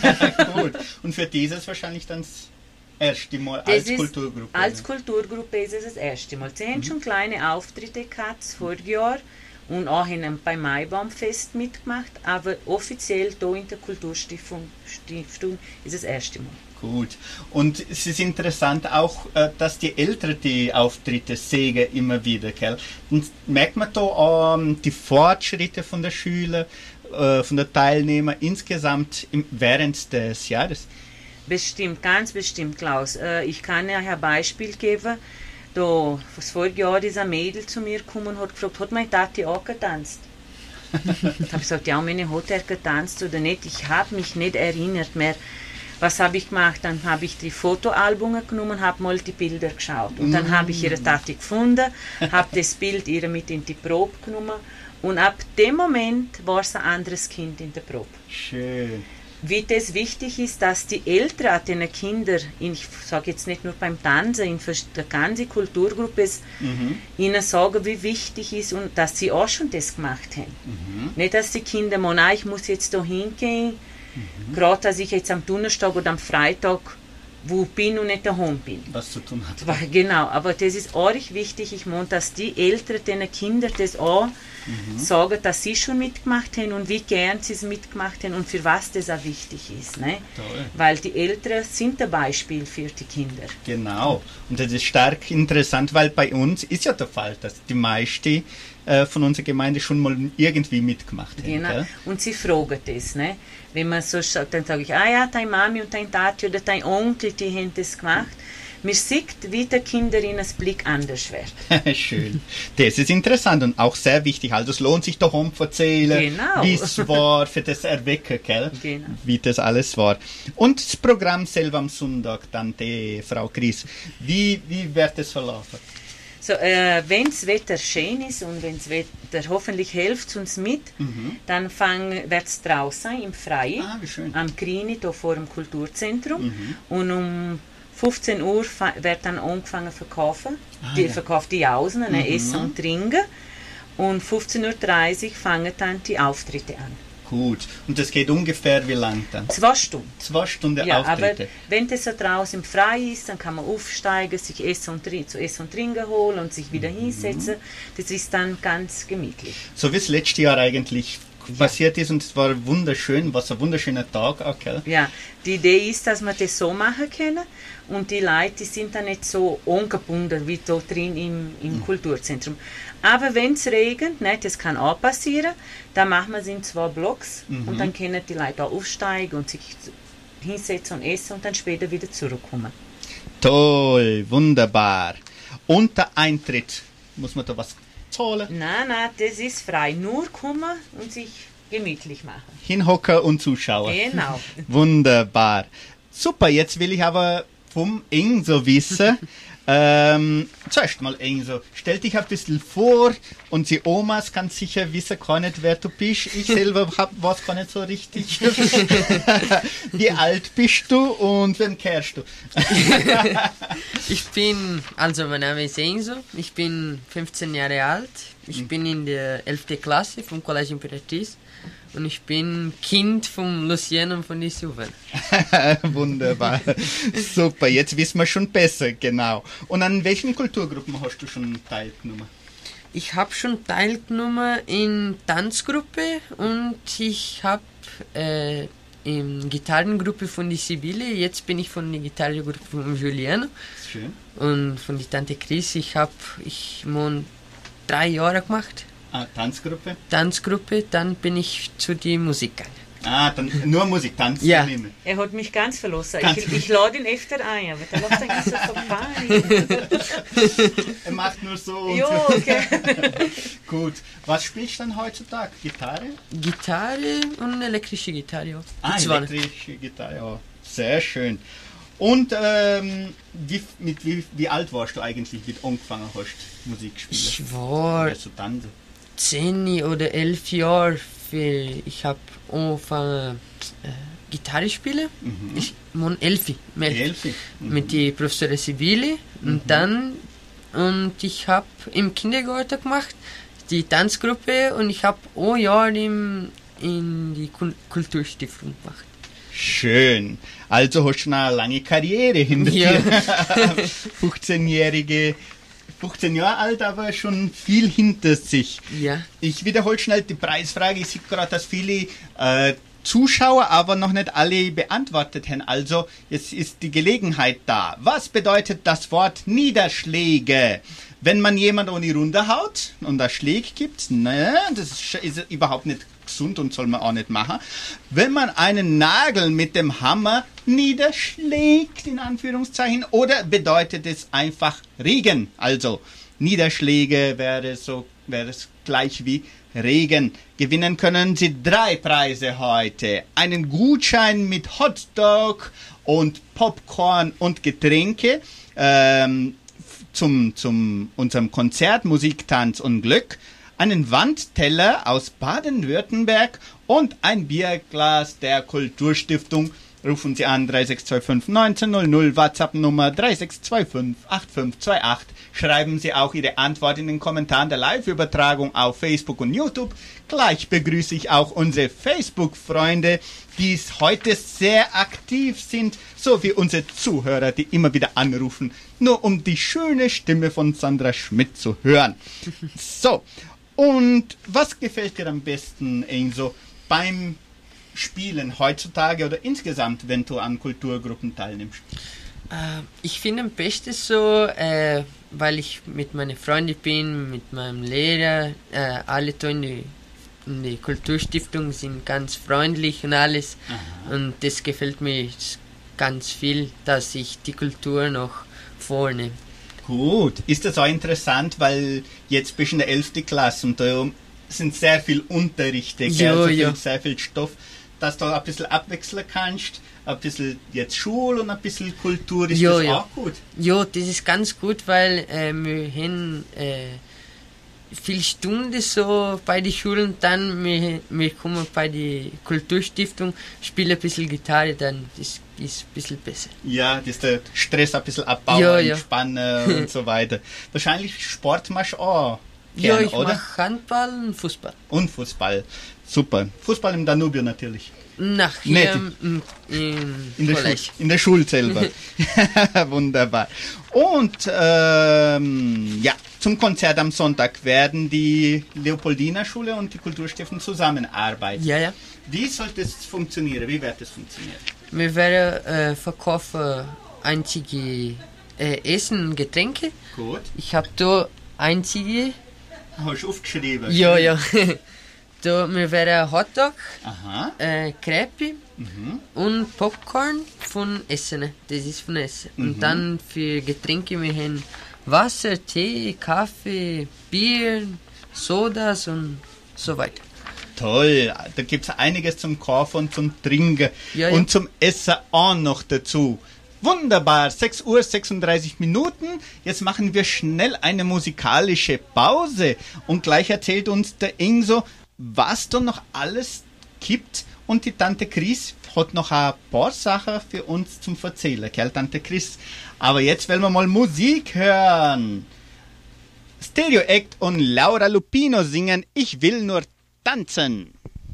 Gut. Und für dieses wahrscheinlich dann das erste Mal als Kulturgruppe? Als Kulturgruppe ist es das erste Mal. Sie haben schon kleine Auftritte gehabt das Vorjahr und auch beim Maibaumfest mitgemacht, aber offiziell hier in der Kulturstiftung ist es das erste Mal. Gut. Und es ist interessant auch, dass die Eltern die Auftritte sehen immer wieder, gell? Und merkt man da die Fortschritte von der Schüler, von der Teilnehmer insgesamt während des Jahres? Bestimmt, ganz bestimmt, Klaus. Ich kann ja ein Beispiel geben. Da, das vorige Jahr ist ein Mädel zu mir gekommen und hat gefragt, hat meine Tati auch getanzt? Ich habe gesagt, ja, meine hat er getanzt oder nicht. Ich habe mich nicht erinnert mehr. Was habe ich gemacht? Dann habe ich die Fotoalbum genommen, habe mal die Bilder geschaut. Und dann habe ich ihre Tati gefunden, habe das Bild ihr mit in die Probe genommen. Und ab dem Moment war es ein anderes Kind in der Probe. Schön. Wie das wichtig ist, dass die Eltern den Kindern, ich sage jetzt nicht nur beim Tanzen, in der ganzen Kulturgruppe, ihnen sagen, wie wichtig ist und dass sie auch schon das gemacht haben. Nicht, dass die Kinder meinen, ich muss jetzt da hingehen, gerade dass ich jetzt am Donnerstag oder am Freitag wo bin und nicht daheim bin. Was zu tun hat. Genau, aber das ist auch wichtig, ich meine, dass die Eltern den Kindern das auch sagen, dass sie schon mitgemacht haben und wie gern sie es mitgemacht haben und für was das auch wichtig ist. Ne? Weil die Eltern sind ein Beispiel für die Kinder. Genau, und das ist stark interessant, weil bei uns ist ja der Fall, dass die meisten von unserer Gemeinde schon mal irgendwie mitgemacht haben. Genau, gell? und sie fragen das. Ne? Wenn man so sagt, dann sage ich, ah ja, deine Mami und dein Tati oder dein Onkel, die haben das gemacht. Man sieht, wie der Kinder in das Blick anders wird. Schön. Das ist interessant und auch sehr wichtig. Also es lohnt sich daheim zu erzählen, wie es war, für das Erwecken, gell? Genau. Wie das alles war. Und das Programm selber am Sonntag, dann die Frau Chris, wie wird es verlaufen? So, wenn das Wetter schön ist und wenn das Wetter hoffentlich hilft uns mit, dann wird es draußen sein, im Freien, am Grini, hier vor dem Kulturzentrum. Und um 15 Uhr wird dann angefangen zu verkaufen. Verkauft die Jausen, Essen und Trinken. Und 15:30 Uhr fangen dann die Auftritte an. Gut. Und das geht ungefähr wie lang dann? 2 Stunden. 2 Stunden Ja, Auftritte. aber wenn das so draußen frei ist, dann kann man aufsteigen, sich zu Essen und Trinken holen und sich wieder hinsetzen. Das ist dann ganz gemütlich. So wie es letztes Jahr eigentlich passiert ist und es war wunderschön, was ein wunderschöner Tag auch, gell? Ja, die Idee ist, dass wir das so machen können und die Leute die sind dann nicht so ungebunden wie da drin im Kulturzentrum. Aber wenn es regnet, ne, das kann auch passieren, dann machen wir es in 2 Blocks und dann können die Leute auch aufsteigen und sich hinsetzen und essen und dann später wieder zurückkommen. Toll, wunderbar. Und der Eintritt, muss man da was zahlen? Nein, das ist frei. Nur kommen und sich gemütlich machen. Hinhocken und zuschauen. Genau. Wunderbar. Super, jetzt will ich aber vom Enzo wissen. Zuerst mal Enzo, stell dich ein bisschen vor, unsere Omas kann sicher wissen gar nicht, wer du bist. Ich selber weiß gar nicht so richtig. Wie alt bist du und wem kehrst du? Mein Name ist Enzo, ich bin 15 Jahre alt, ich bin in der 11. Klasse vom College Imperatriz und ich bin Kind von Luciano und von die Suvan. Wunderbar. Super, jetzt wissen wir schon besser, genau. Und an welchen Kulturgruppen hast du schon teilgenommen? Ich habe schon teilgenommen in Tanzgruppe und ich habe in Gitarrengruppe von die Sibylle, jetzt bin ich von der Gitarrengruppe von Juliano. Schön. Und von die Tante Chris, ich habe 3 Jahre gemacht. Ah, Tanzgruppe? Tanzgruppe, dann bin ich zu die Musik gegangen. Ah, dann nur Musik, Tanz? Ja. Er hat mich ganz verlassen. Ganz Ich lade ihn öfter ein, aber der lässt er nicht so vorbei. Er macht nur so und Ja, so. okay. Gut. Was spielst du dann heutzutage? Gitarre? Gitarre und elektrische Gitarre, ja. Ah, Die zwei. elektrische Gitarre, ja. Sehr schön. Und wie alt warst du eigentlich, wie du angefangen hast, Musik zu spielen? Ich war Oder zu tanzen? 10 oder 11 Jahre. Ich habe angefangen Gitarre spielen. Ich war 11. Mit der Professorin Sibylle. Und ich habe im Kindergarten gemacht, die Tanzgruppe, und ich habe ein Jahr in die Kulturstiftung gemacht. Schön. Also hast du schon eine lange Karriere hinter dir. 15 Jahre alt, aber schon viel hinter sich. Ja. Ich wiederhole schnell die Preisfrage. Ich sehe gerade, dass viele Zuschauer aber noch nicht alle beantwortet haben. Also, jetzt ist die Gelegenheit da. Was bedeutet das Wort Niederschläge? Wenn man jemanden ohne Runde haut und da Schläge gibt, ne, das ist überhaupt nicht gesund und soll man auch nicht machen. Wenn man einen Nagel mit dem Hammer niederschlägt, in Anführungszeichen, oder bedeutet es einfach Regen? Also Niederschläge wäre es gleich wie Regen. Gewinnen können Sie 3 Preise heute. Einen Gutschein mit Hotdog und Popcorn und Getränke zum unserem Konzert Musik, Tanz und Glück. Einen Wandteller aus Baden-Württemberg und ein Bierglas der Kulturstiftung. Rufen Sie an 3625 1900, WhatsApp-Nummer 3625 8528. Schreiben Sie auch Ihre Antwort in den Kommentaren der Live-Übertragung auf Facebook und YouTube. Gleich begrüße ich auch unsere Facebook-Freunde, die heute sehr aktiv sind, sowie unsere Zuhörer, die immer wieder anrufen, nur um die schöne Stimme von Sandra Schmidt zu hören. So, und was gefällt dir am besten, Enzo, beim Spielen heutzutage oder insgesamt, wenn du an Kulturgruppen teilnimmst? Ich finde am besten so, weil ich mit meinen Freunden bin, mit meinem Lehrer, alle in die Kulturstiftung sind ganz freundlich und alles. Aha. Und das gefällt mir ganz viel, dass ich die Kultur noch vornehme. Gut, ist das auch interessant, weil jetzt bist du in der 11. Klasse und da sind sehr viel Unterrichte, sehr viel Stoff, dass du ein bisschen abwechseln kannst, ein bisschen jetzt Schule und ein bisschen Kultur, ist das auch gut? Ja, das ist ganz gut, weil wir haben viele Stunden so bei den Schulen, dann wir kommen bei der Kulturstiftung, spielen ein bisschen Gitarre, dann ist ein bisschen besser. Ja, das ist der Stress ein bisschen abbauen, entspannen und so weiter. Wahrscheinlich Sport machst du auch Ja, Gerne, ich oder? mache Handball und Fußball. Und Fußball. Super. Fußball im Danubio natürlich. Nachher Nett. im In der, College. In der Schule selber. Wunderbar. Und ja, zum Konzert am Sonntag werden die Leopoldina-Schule und die Kulturstiftung zusammenarbeiten. Ja, ja. Wie sollte es funktionieren? Wie wird es funktionieren? Wir werden verkaufen einzige Essen und Getränke. Gut. Ich habe da einzige. Hast du aufgeschrieben? Ja, ja. Da, wir werden Hotdog, Aha. Crepe und Popcorn von Essen. Das ist von Essen. Und dann für Getränke, wir haben Wasser, Tee, Kaffee, Bier, Sodas und so weiter. Toll, da gibt es einiges zum Kaufen und zum Trinken Ja, ja. und zum Essen auch noch dazu. Wunderbar, 6:36 Minuten. Jetzt machen wir schnell eine musikalische Pause und gleich erzählt uns der Inso, was da noch alles gibt. Und die Tante Chris hat noch ein paar Sachen für uns zum Erzählen, gell, Tante Chris? Aber jetzt wollen wir mal Musik hören. Stereo Act und Laura Lupino singen Ich will nur tanzen.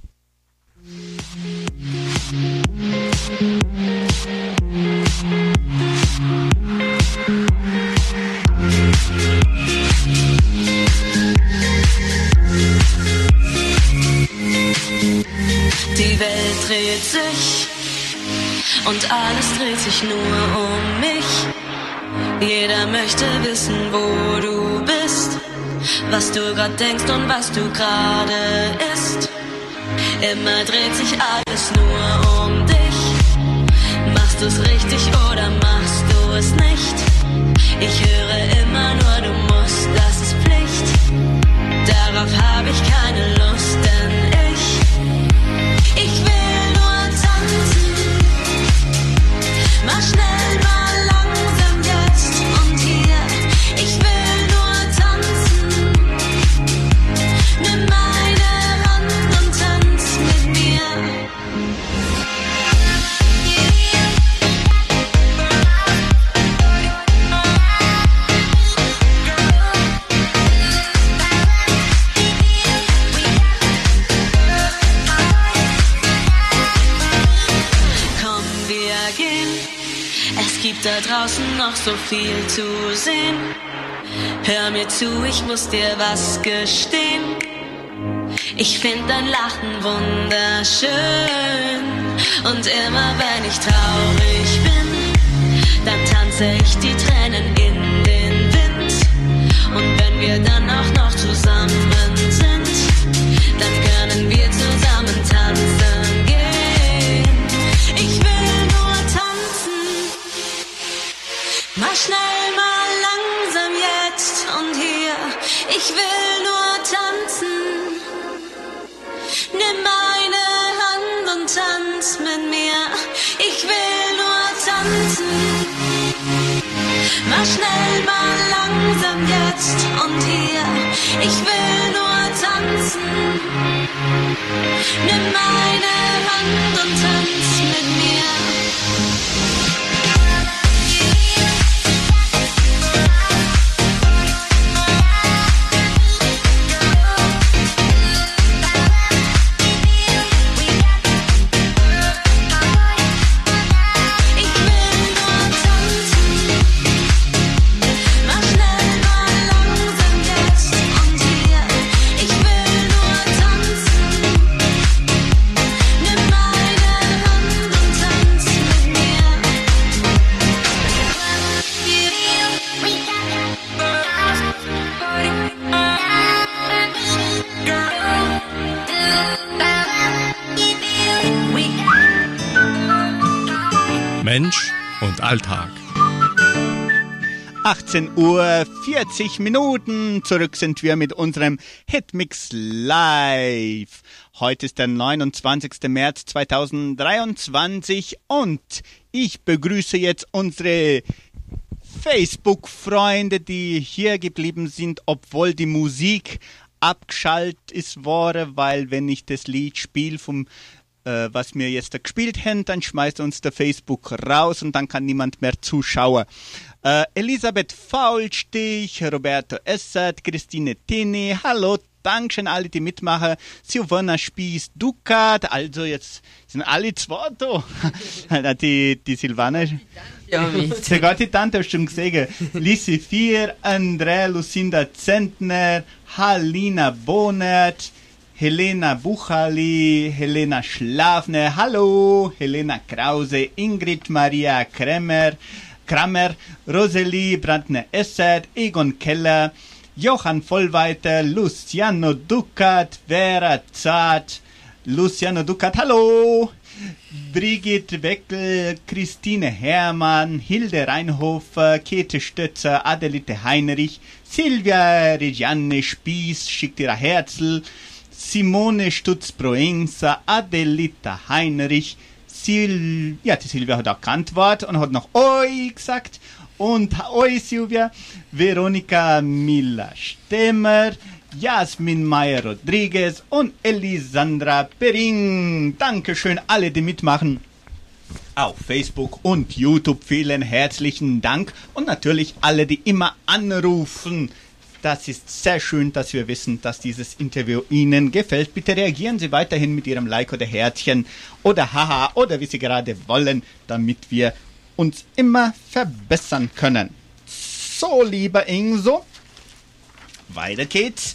Die Welt dreht sich und alles dreht sich nur um mich. Jeder möchte wissen, wo du bist, was du grad denkst und was du gerade isst. Immer dreht sich alles nur um dich. Machst du's richtig oder machst du es nicht? Ich höre immer nur, du musst, das ist Pflicht. Darauf habe ich keine Lust, denn ich will nur tanzen. Mach schnell, mal langsam jetzt und hier. Ich will nur tanzen. Nimm meine Hand und tanz mit mir. Es gibt da draußen noch so viel zu sehen. Hör mir zu, ich muss dir was gestehen. Ich find dein Lachen wunderschön. Und immer wenn ich traurig bin, dann tanze ich die Tränen in den Wind. Und wenn wir dann auch noch zusammen sind, dann können wir zusammen tanzen gehen. Ich will nur tanzen. Mal schnell, mal langsam jetzt und hier. Ich will nur tanzen. Nimm meine Hand und tanz mit mir. Ich will nur tanzen. Mal schnell, mal langsam jetzt und hier. Ich will nur tanzen. Nimm meine Hand und tanz mit mir. Mensch und Alltag. 18:40 Minuten. Zurück sind wir mit unserem Hitmix Live. Heute ist der 29. März 2023 und ich begrüße jetzt unsere Facebook-Freunde, die hier geblieben sind, obwohl die Musik abgeschaltet ist worden, weil wenn ich das Lied spiele vom was wir jetzt da gespielt haben, dann schmeißt uns der Facebook raus und dann kann niemand mehr zuschauen. Elisabeth Faulstich, Roberto Essert, Christine Tini, hallo, Dankeschön alle, die mitmachen. Silvana Spieß, Ducat, also jetzt sind alle zwei da. die Silvana. Ja, sogar die Tante hast du schon gesehen. Lisi Vier, Andrea Lucinda Zentner, Halina Bonert, Helena Buchali, Helena Schlafner, hallo, Helena Krause, Ingrid Maria Kramer, Rosalie Brandner-Essert, Egon Keller, Johann Vollweiter, Luciano Ducat, Vera Zart, Luciano Ducat, hallo, Brigitte Weckel, Christine Hermann, Hilde Reinhofer, Käthe Stötzer, Adelite Heinrich, Silvia Regiane Spieß, schickt ihre Herzl, Simone Stutz-Proenza, Adelita Heinrich, die Silvia hat auch geantwortet und hat noch Oi gesagt. Und Oi Silvia, Veronika Miller-Stemmer, Jasmin Meyer-Rodriguez und Elisandra Pering. Dankeschön alle, die mitmachen. Auf Facebook und YouTube vielen herzlichen Dank. Und natürlich alle, die immer anrufen. Das ist sehr schön, dass wir wissen, dass dieses Interview Ihnen gefällt. Bitte reagieren Sie weiterhin mit Ihrem Like oder Herzchen oder Haha oder wie Sie gerade wollen, damit wir uns immer verbessern können. So, lieber Inso, weiter geht's.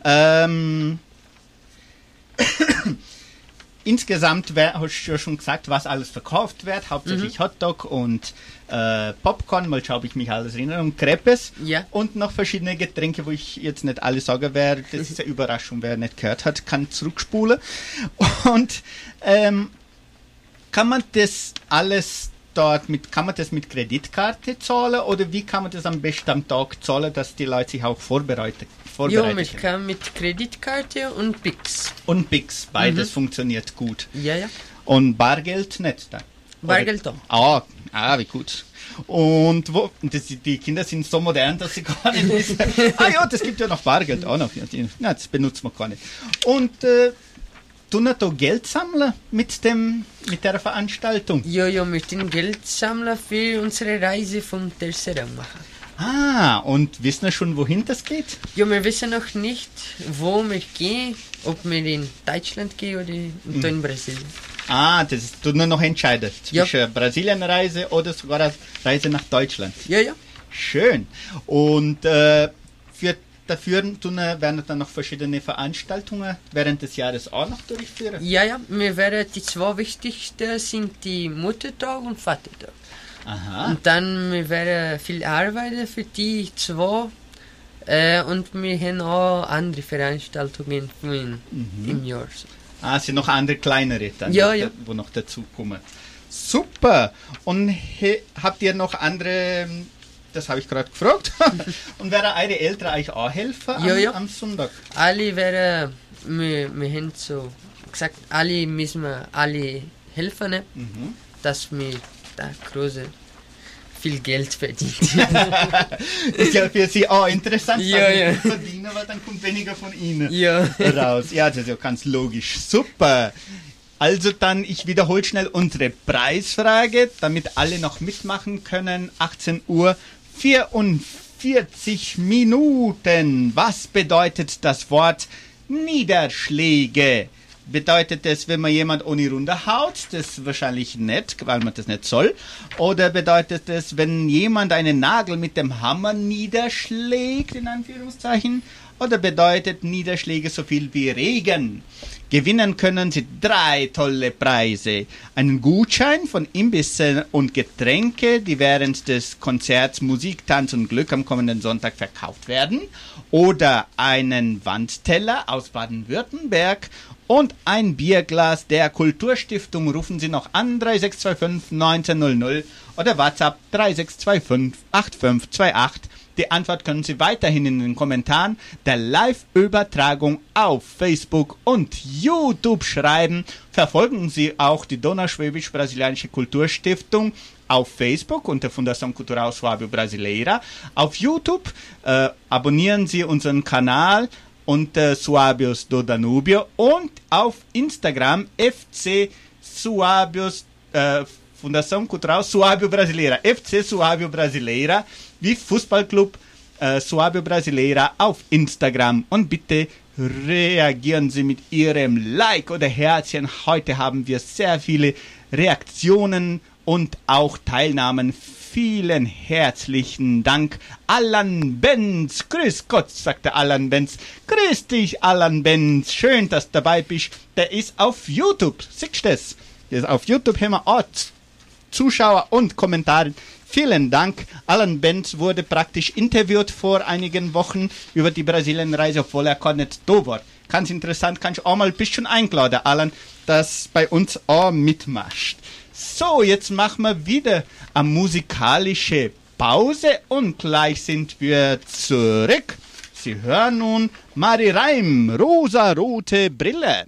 Insgesamt hast du ja schon gesagt, was alles verkauft wird. Hauptsächlich Hotdog und Popcorn, mal schaue ich mich alles erinnern, und Crepes. Ja. Und noch verschiedene Getränke, wo ich jetzt nicht alle sagen werde. Das ist eine Überraschung, wer nicht gehört hat, kann zurückspulen. Und kann man das alles kann man das mit Kreditkarte zahlen oder wie kann man das am besten am Tag zahlen, dass die Leute sich auch vorbereiten? Ja, man kann mit Kreditkarte und Pix. Und Pix, beides funktioniert gut. Ja, ja. Und Bargeld nicht dann? Bargeld auch. Wie gut. Und die Kinder sind so modern, dass sie gar nicht wissen. Das gibt ja noch Bargeld auch noch. Ja, das benutzt man gar nicht. Und tun wir da Geld sammeln mit der Veranstaltung? Ja, wir tun Geld sammeln für unsere Reise von Terceira machen. Und wissen wir schon, wohin das geht? Ja, wir wissen noch nicht, wo wir gehen, ob wir in Deutschland gehen oder in Brasilien. Das ist du nur noch entscheiden zwischen Brasilien-Reise oder sogar eine Reise nach Deutschland. Ja. Schön. Und dafür werden dann noch verschiedene Veranstaltungen während des Jahres auch noch durchführen? Ja, wir werden die zwei wichtigsten sind die Muttertag und Vatertag. Aha. Und dann wir werden viel arbeiten für die zwei und wir haben auch andere Veranstaltungen im Jahr. Sind noch andere kleinere dann, wo noch dazukommen. Super! Und habt ihr noch andere, das habe ich gerade gefragt, und werden eure Eltern euch auch helfen am Sonntag? Alle werden, wir haben so gesagt, alle müssen wir helfen, dass wir da viel Geld verdienen. Ist ja für sie auch interessant, ja. verdienen, aber dann kommt weniger von ihnen raus. Ja, das ist ja ganz logisch. Super! Also dann, ich wiederhole schnell unsere Preisfrage, damit alle noch mitmachen können. 18 Uhr 44 Minuten. Was bedeutet das Wort Niederschläge? Bedeutet das, wenn man jemand ohne Runde haut? Das wahrscheinlich nicht, weil man das nicht soll. Oder bedeutet das, wenn jemand einen Nagel mit dem Hammer niederschlägt, in Anführungszeichen? Oder bedeutet Niederschläge so viel wie Regen? Gewinnen können Sie 3 tolle Preise. Einen Gutschein von Imbissen und Getränke, die während des Konzerts Musik, Tanz und Glück am kommenden Sonntag verkauft werden. Oder einen Wandteller aus Baden-Württemberg und ein Bierglas der Kulturstiftung. Rufen Sie noch an 3625 1900 oder WhatsApp 3625 8528. Die Antwort können Sie weiterhin in den Kommentaren der Live-Übertragung auf Facebook und YouTube schreiben. Verfolgen Sie auch die Donauschwäbisch-Brasilianische Kulturstiftung auf Facebook unter Fundação Cultural Suábio Brasileira. Auf YouTube abonnieren Sie unseren Kanal unter Suábios do Danúbio und auf Instagram FC Suábios, Fundação Cultural Suábio Brasileira, FC Suábio Brasileira, wie Fußballclub Suábio Brasileira auf Instagram. Und bitte reagieren Sie mit Ihrem Like oder Herzchen. Heute haben wir sehr viele Reaktionen und auch Teilnahmen. Vielen herzlichen Dank. Alan Benz, grüß Gott, sagte Alan Benz. Grüß dich, Alan Benz. Schön, dass du dabei bist. Der ist auf YouTube. Siehst du das? Der ist auf YouTube, haben wir auch Zuschauer und Kommentare. Vielen Dank. Alan Benz wurde praktisch interviewt vor einigen Wochen über die Brasilienreise, obwohl er gar nicht da war. Ganz interessant, kannst du auch mal ein bisschen eingeladen, Alan, dass bei uns auch mitmacht. So, jetzt machen wir wieder eine musikalische Pause und gleich sind wir zurück. Sie hören nun Mari Reim, Rosa-rote Brille.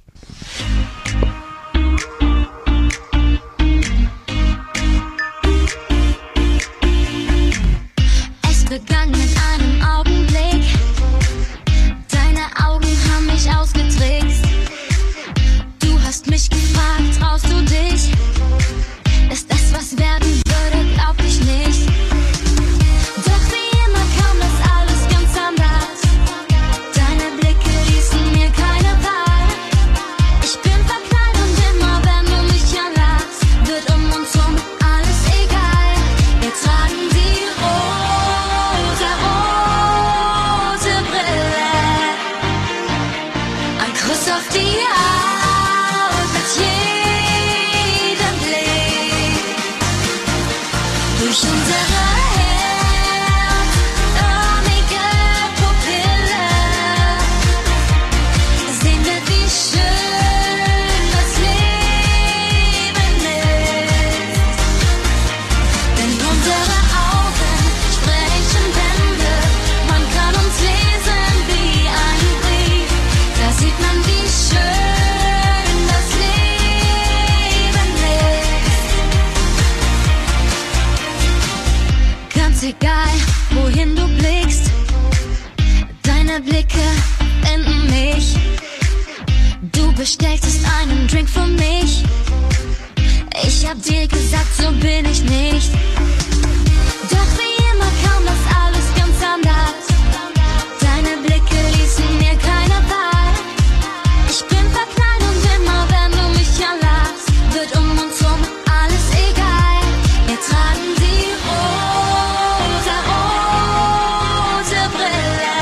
Es begann mit einem Augenblick. Deine Augen haben mich ausgetrickst. Du hast mich gefragt, traust du dich? Ist das, was werden würde, glaub ich nicht. Doch wie immer kam das alles ganz anders. Deine Blicke ließen mir keine Wahl. Ich bin verknallt und immer wenn du mich anlachst, wird uns rum alles egal. Wir tragen die rosa-rote Brille. Ein Kuss auf die Haut mit jedem Blick. Durch unsere herzörmige Pupille sehen wir, wie schön das Leben ist. Denn unsere Augen sprechen Bände, man kann uns lesen wie ein Brief. Da sieht man, wie schön das Leben ist. Ganz egal, wohin du blickst, deine Blicke finden mich. Du bestellst einen Drink für mich. Ich hab dir gesagt, so bin ich nicht. Doch wie immer kam das alles ganz anders. Deine Blicke ließen mir keine Wahl. Ich bin verknallt und immer wenn du mich anlachst, wird uns rum alles egal. Wir tragen die rosa-rote Brille.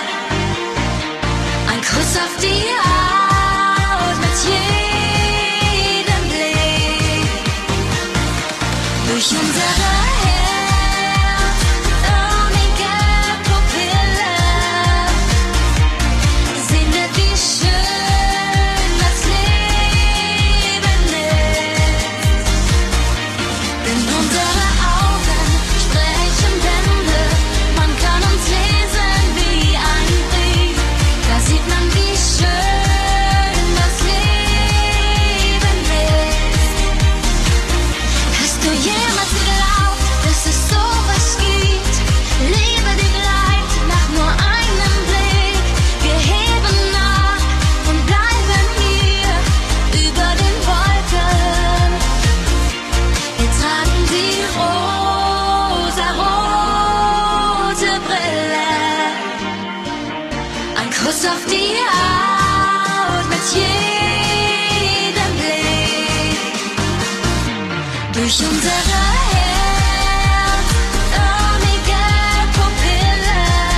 Ein Kuss auf die Haut mit jedem Blick. Durch unsere herzörmige Pupille sehen wir, wie schön das Leben ist. Denn unsere Augen sprechen Bände, man kann uns lesen wie ein Brief. Da sieht man, wie schön das Leben ist. Hast du jemals geglaubt, dass es sowas gibt? Liebe, die bleibt nach nur einem Blick. Wir heben nach und bleiben hier über den Wolken. Wir tragen die rosa-rote Brille. Ein Kuss auf die Haut mit jedem Blick. Durch unsere herzörmige Pupille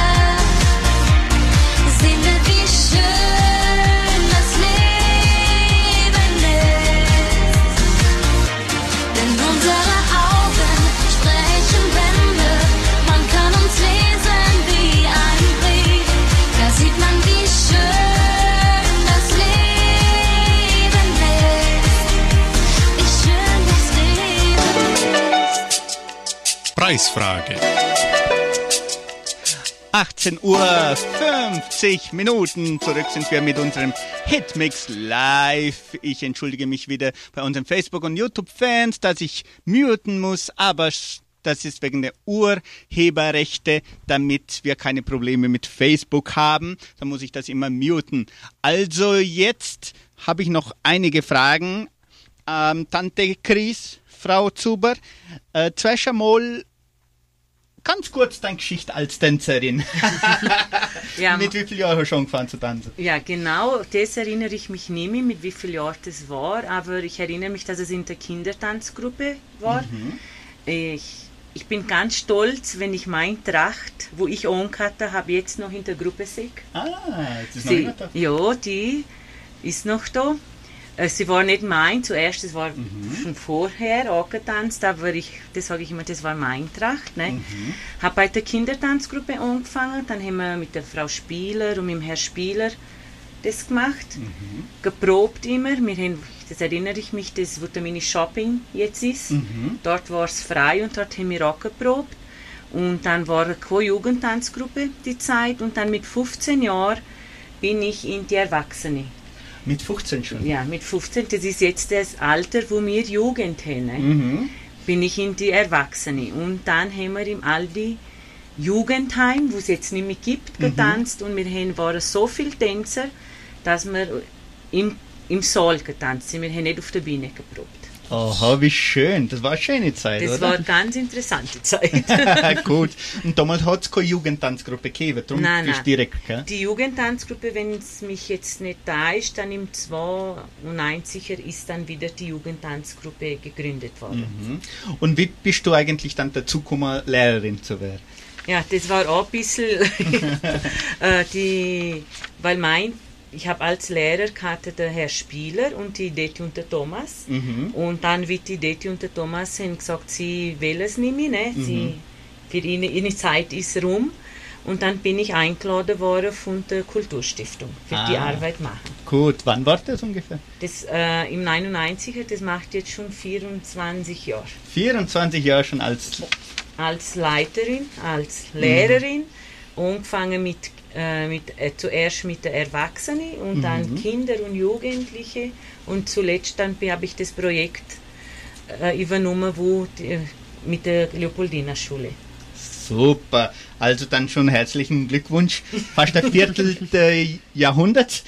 sehen wir, wie schön das Leben ist. Denn unsere Augen sprechen Bände, man kann uns lesen wie ein Brief. Da sieht man, wie schön das Leben ist. Wie schön das Leben ist. Preisfrage. 18 Uhr 50 Minuten. Zurück sind wir mit unserem Hitmix live. Ich entschuldige mich wieder bei unseren Facebook- und YouTube-Fans, dass ich muten muss, aber das ist wegen der Urheberrechte, damit wir keine Probleme mit Facebook haben. Da muss ich das immer muten. Also jetzt habe ich noch einige Fragen. Tante Chris, Frau Zuber, zuerst einmal ganz kurz deine Geschichte als Tänzerin. Ja, mit wie vielen Jahren hast du angefangen zu tanzen? Ja, genau, das erinnere ich mich nicht mehr, mit wie vielen Jahren das war, aber ich erinnere mich, dass es in der Kindertanzgruppe war. Ich bin ganz stolz, wenn ich meine Tracht, wo ich hatte, habe jetzt noch in der Gruppe sehe. Jetzt ist noch da. Ja, die ist noch da. Sie war nicht mein, zuerst, es war schon vorher angetanzt, aber das sage ich immer, das war meine Tracht. Ne? Habe bei der Kindertanzgruppe angefangen, dann haben wir mit der Frau Spieler und mit dem Herrn Spieler das gemacht, geprobt immer. Das erinnere ich mich, das wo der Mini-Shopping jetzt ist. Dort war es frei und dort haben wir auch geprobt. Und dann war keine Jugendtanzgruppe die Zeit und dann mit 15 Jahren bin ich in die Erwachsene. Mit 15 schon? Ja, mit 15, das ist jetzt das Alter, wo wir Jugend haben. Bin ich in die Erwachsene. Und dann haben wir im Aldi Jugendheim, wo es jetzt nicht mehr gibt, getanzt. Und wir waren so viele Tänzer, dass wir im Saal getanzt sind. Wir haben nicht auf der Bühne geprobt. Aha, wie schön. Das war eine schöne Zeit, das oder? Das war eine ganz interessante Zeit. Gut. Und damals hat es keine Jugendtanzgruppe gegeben, darum nein. bist du direkt, gell? Die Jugendtanzgruppe, wenn es mich jetzt nicht da ist, dann im 92er ist dann wieder die Jugendtanzgruppe gegründet worden. Und wie bist du eigentlich dann dazu gekommen, Lehrerin zu werden? Ja, das war auch ein bisschen weil ich habe als Lehrer hatte der Herr Spieler und die Deti und der Thomas. Und dann wird die Deti und der Thomas haben gesagt, sie will es nicht mehr. Ne? Für ihre Zeit ist rum. Und dann bin ich eingeladen worden von der Kulturstiftung für die Arbeit machen. Gut, wann war das ungefähr? Das im 99er, das macht jetzt schon 24 Jahre. 24 Jahre schon als Leiterin, als Lehrerin, angefangen zuerst mit der Erwachsenen und dann Kinder und Jugendliche und zuletzt dann habe ich das Projekt übernommen mit der Leopoldina-Schule. Super, also dann schon herzlichen Glückwunsch, fast ein Viertel Jahrhundert.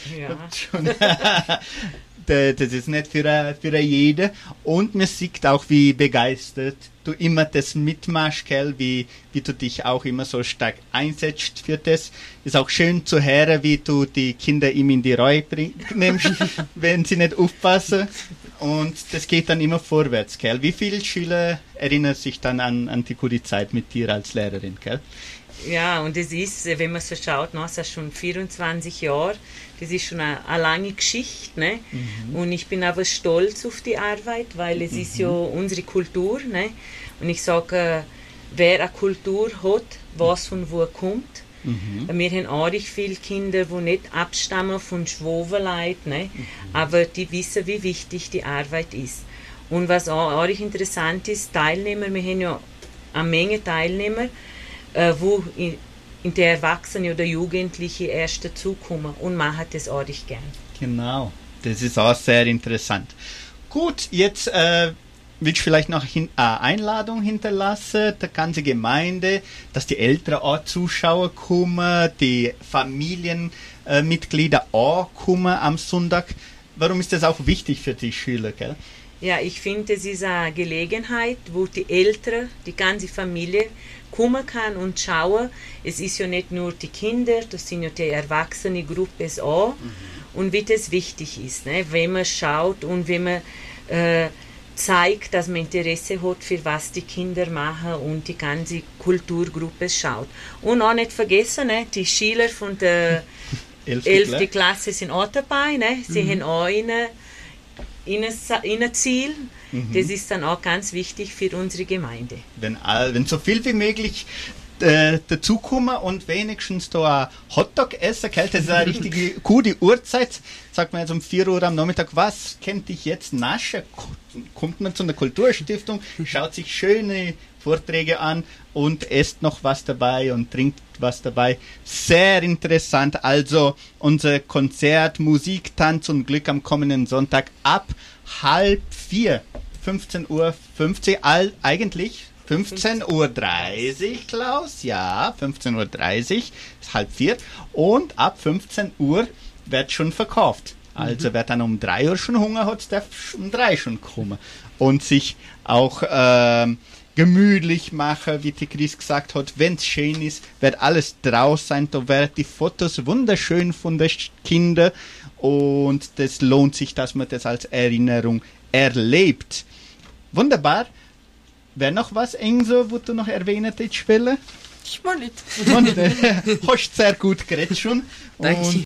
Ja. Das ist nicht für jeden. Und man sieht auch, wie begeistert du immer das mitmachst, gell? Wie du dich auch immer so stark einsetzt für das. Ist auch schön zu hören, wie du die Kinder ihm in die Reue nimmst, wenn sie nicht aufpassen. Und das geht dann immer vorwärts, gell? Wie viele Schüler erinnern sich dann an die gute Zeit mit dir als Lehrerin, gell? Ja, und es ist, wenn man so schaut, das ist schon 24 Jahre, das ist schon eine lange Geschichte, ne? Und ich bin aber stolz auf die Arbeit, weil es ist ja unsere Kultur, ne? Und ich sage, wer eine Kultur hat, was von wo kommt. Wir haben auch viele Kinder, die nicht abstammen von Schwobenleuten, ne? Aber die wissen, wie wichtig die Arbeit ist. Und was auch interessant ist, Teilnehmer, wir haben ja eine Menge Teilnehmer, wo in der Erwachsene oder Jugendliche erst dazukommen und machen das auch gern. Genau, das ist auch sehr interessant. Gut, jetzt willst du vielleicht noch eine Einladung hinterlassen, der ganze Gemeinde, dass die Eltern auch Zuschauer kommen, die Familienmitglieder auch kommen am Sonntag. Warum ist das auch wichtig für die Schüler, gell? Ja, ich finde, es ist eine Gelegenheit, wo die Eltern, die ganze Familie kommen kann und schauen. Es ist ja nicht nur die Kinder, das sind ja die erwachsene Gruppe auch. Und wie das wichtig ist, ne? Wenn man schaut und wenn man zeigt, dass man Interesse hat, für was die Kinder machen und die ganze Kulturgruppe schaut. Und auch nicht vergessen, ne? Die Schüler von der 11. Klasse sind auch dabei. Ne? Sie haben auch ein Ziel. Das ist dann auch ganz wichtig für unsere Gemeinde. Wenn so viel wie möglich dazukommen und wenigstens da ein Hotdog essen, das ist eine richtige gute Uhrzeit. Sagt man jetzt um 4 Uhr am Nachmittag, was könnte ich jetzt naschen? Kommt man zu einer Kulturstiftung, schaut sich schöne Vorträge an und esst noch was dabei und trinkt was dabei. Sehr interessant. Also unser Konzert, Musik, Tanz und Glück am kommenden Sonntag ab 3:30, 15:50 Uhr eigentlich 15.30 Uhr, Klaus, ja, 15.30 Uhr, ist 3:30. Und ab 15 Uhr wird schon verkauft. Also wer dann um 3 Uhr schon Hunger hat, darf um 3 schon kommen. Und sich auch gemütlich machen, wie die Chris gesagt hat. Wenn es schön ist, wird alles draus sein. Da werden die Fotos wunderschön von den Kindern. Und das lohnt sich, dass man das als Erinnerung erlebt. Wunderbar. Wäre noch was, Engso, wo du noch erwähnen willst, Will? Ich will nicht. Und hast sehr gut geredet schon. Danke.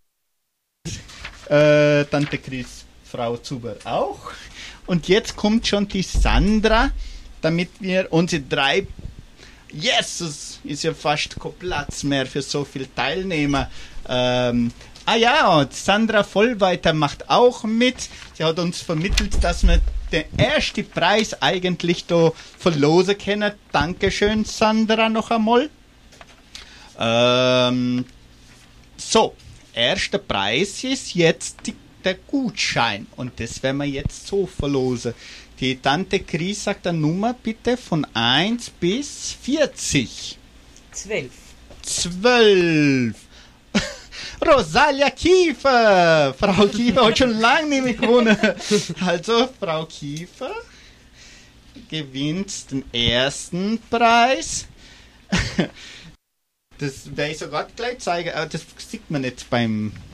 Und Tante Chris, Frau Zuber auch. Und jetzt kommt schon die Sandra, damit wir unsere 3... Jesus, ist ja fast kein Platz mehr für so viele Teilnehmer. Und Sandra Vollweiter macht auch mit. Sie hat uns vermittelt, dass wir den ersten Preis eigentlich da verlosen können. Dankeschön, Sandra, noch einmal. So, erster Preis ist jetzt der Gutschein. Und das werden wir jetzt so verlosen. Die Tante Chris sagt eine Nummer bitte von 1 bis 40. 12. Rosalia Kiefer! Frau Kiefer hat schon lange nicht mehr gewonnen. Also, Frau Kiefer gewinnt den ersten Preis. Das werde ich sogar gleich zeigen, aber das sieht man nicht bei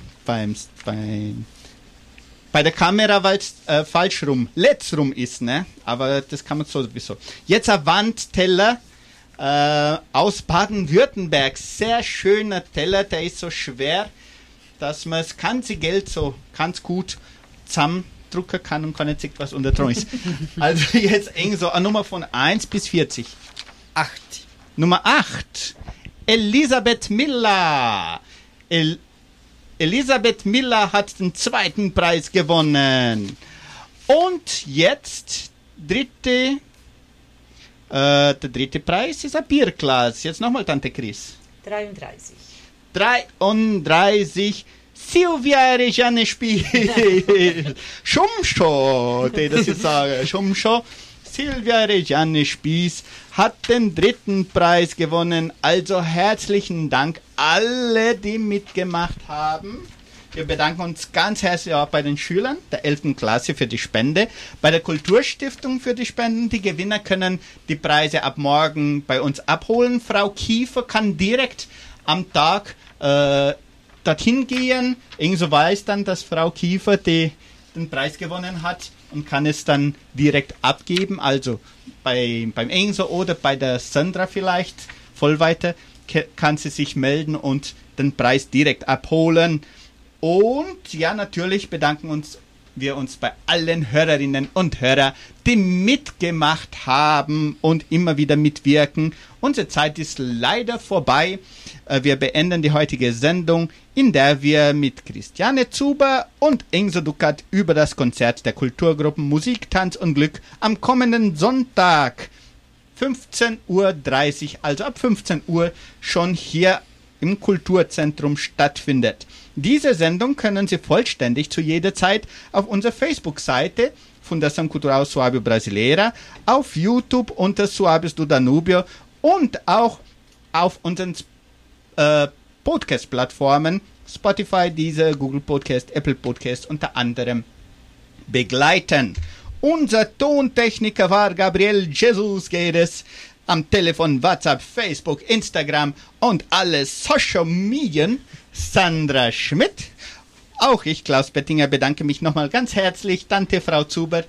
der Kamera, weil es falsch rum, letzt rum ist, ne? Aber das kann man sowieso. Jetzt ein Wandteller aus Baden-Württemberg. Sehr schöner Teller, der ist so schwer, dass man das ganze Geld so ganz gut zusammendrucken kann und kann nicht sehen, was unter dran ist. Also jetzt eng so eine Nummer von 1 bis 40. 8. Nummer 8. Elisabeth Miller. Elisabeth Miller hat den zweiten Preis gewonnen. Und jetzt der dritte Preis ist ein Bierglas. Jetzt nochmal, Tante Chris. 33. 33. Silvia Rejane Spiel. Schumscho, das ich sage. Schumscho. Silvia Rejane Spieß hat den dritten Preis gewonnen. Also herzlichen Dank alle, die mitgemacht haben. Wir bedanken uns ganz herzlich auch bei den Schülern der 11. Klasse für die Spende, bei der Kulturstiftung für die Spenden. Die Gewinner können die Preise ab morgen bei uns abholen. Frau Kiefer kann direkt am Tag dorthin gehen. Irgendso weiß dann, dass Frau Kiefer den Preis gewonnen hat und kann es dann direkt abgeben. Also beim Engso oder bei der Sandra vielleicht Vollweiter kann sie sich melden und den Preis direkt abholen. Und ja, natürlich bedanken wir uns bei allen Hörerinnen und Hörern, die mitgemacht haben und immer wieder mitwirken. Unsere Zeit ist leider vorbei. Wir beenden die heutige Sendung, in der wir mit Christiane Zuber und Engso Dukat über das Konzert der Kulturgruppen Musik, Tanz und Glück am kommenden Sonntag 15.30 Uhr, also ab 15 Uhr schon hier im Kulturzentrum stattfindet. Diese Sendung können Sie vollständig zu jeder Zeit auf unserer Facebook-Seite Fundação Cultural Suábio Brasileira, auf YouTube unter Suábios do Danúbio und auch auf unseren Podcast-Plattformen Spotify, Deezer, Google Podcast, Apple Podcast unter anderem begleiten. Unser Tontechniker war Gabriel Jesus Guedes. Am Telefon, WhatsApp, Facebook, Instagram und alle Social Medien Sandra Schmidt. Auch ich, Klaus Bettinger, bedanke mich nochmal ganz herzlich. Tante Frau Zuber,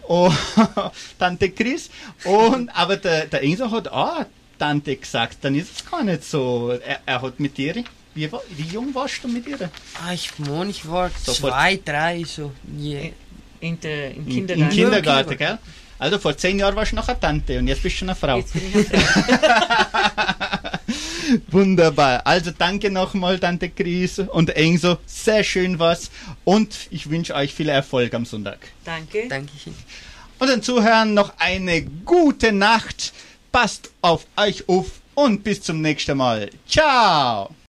Tante Chris. Aber der Engso hat auch Tante gesagt, dann ist es gar nicht so. Er hat mit dir, wie jung warst du mit ihr? Ich war so 2, 3, so. Yeah. Im Kindergarten. Im Kindergarten, gell? Also vor 10 Jahren warst du noch eine Tante und jetzt bist du eine Frau. Jetzt bin ich eine Frau. Wunderbar. Also danke nochmal, Tante Chris und Engso. Sehr schön was. Und ich wünsche euch viel Erfolg am Sonntag. Danke. Dankeschön. Und den Zuhörern noch eine gute Nacht. Passt auf euch auf und bis zum nächsten Mal. Ciao.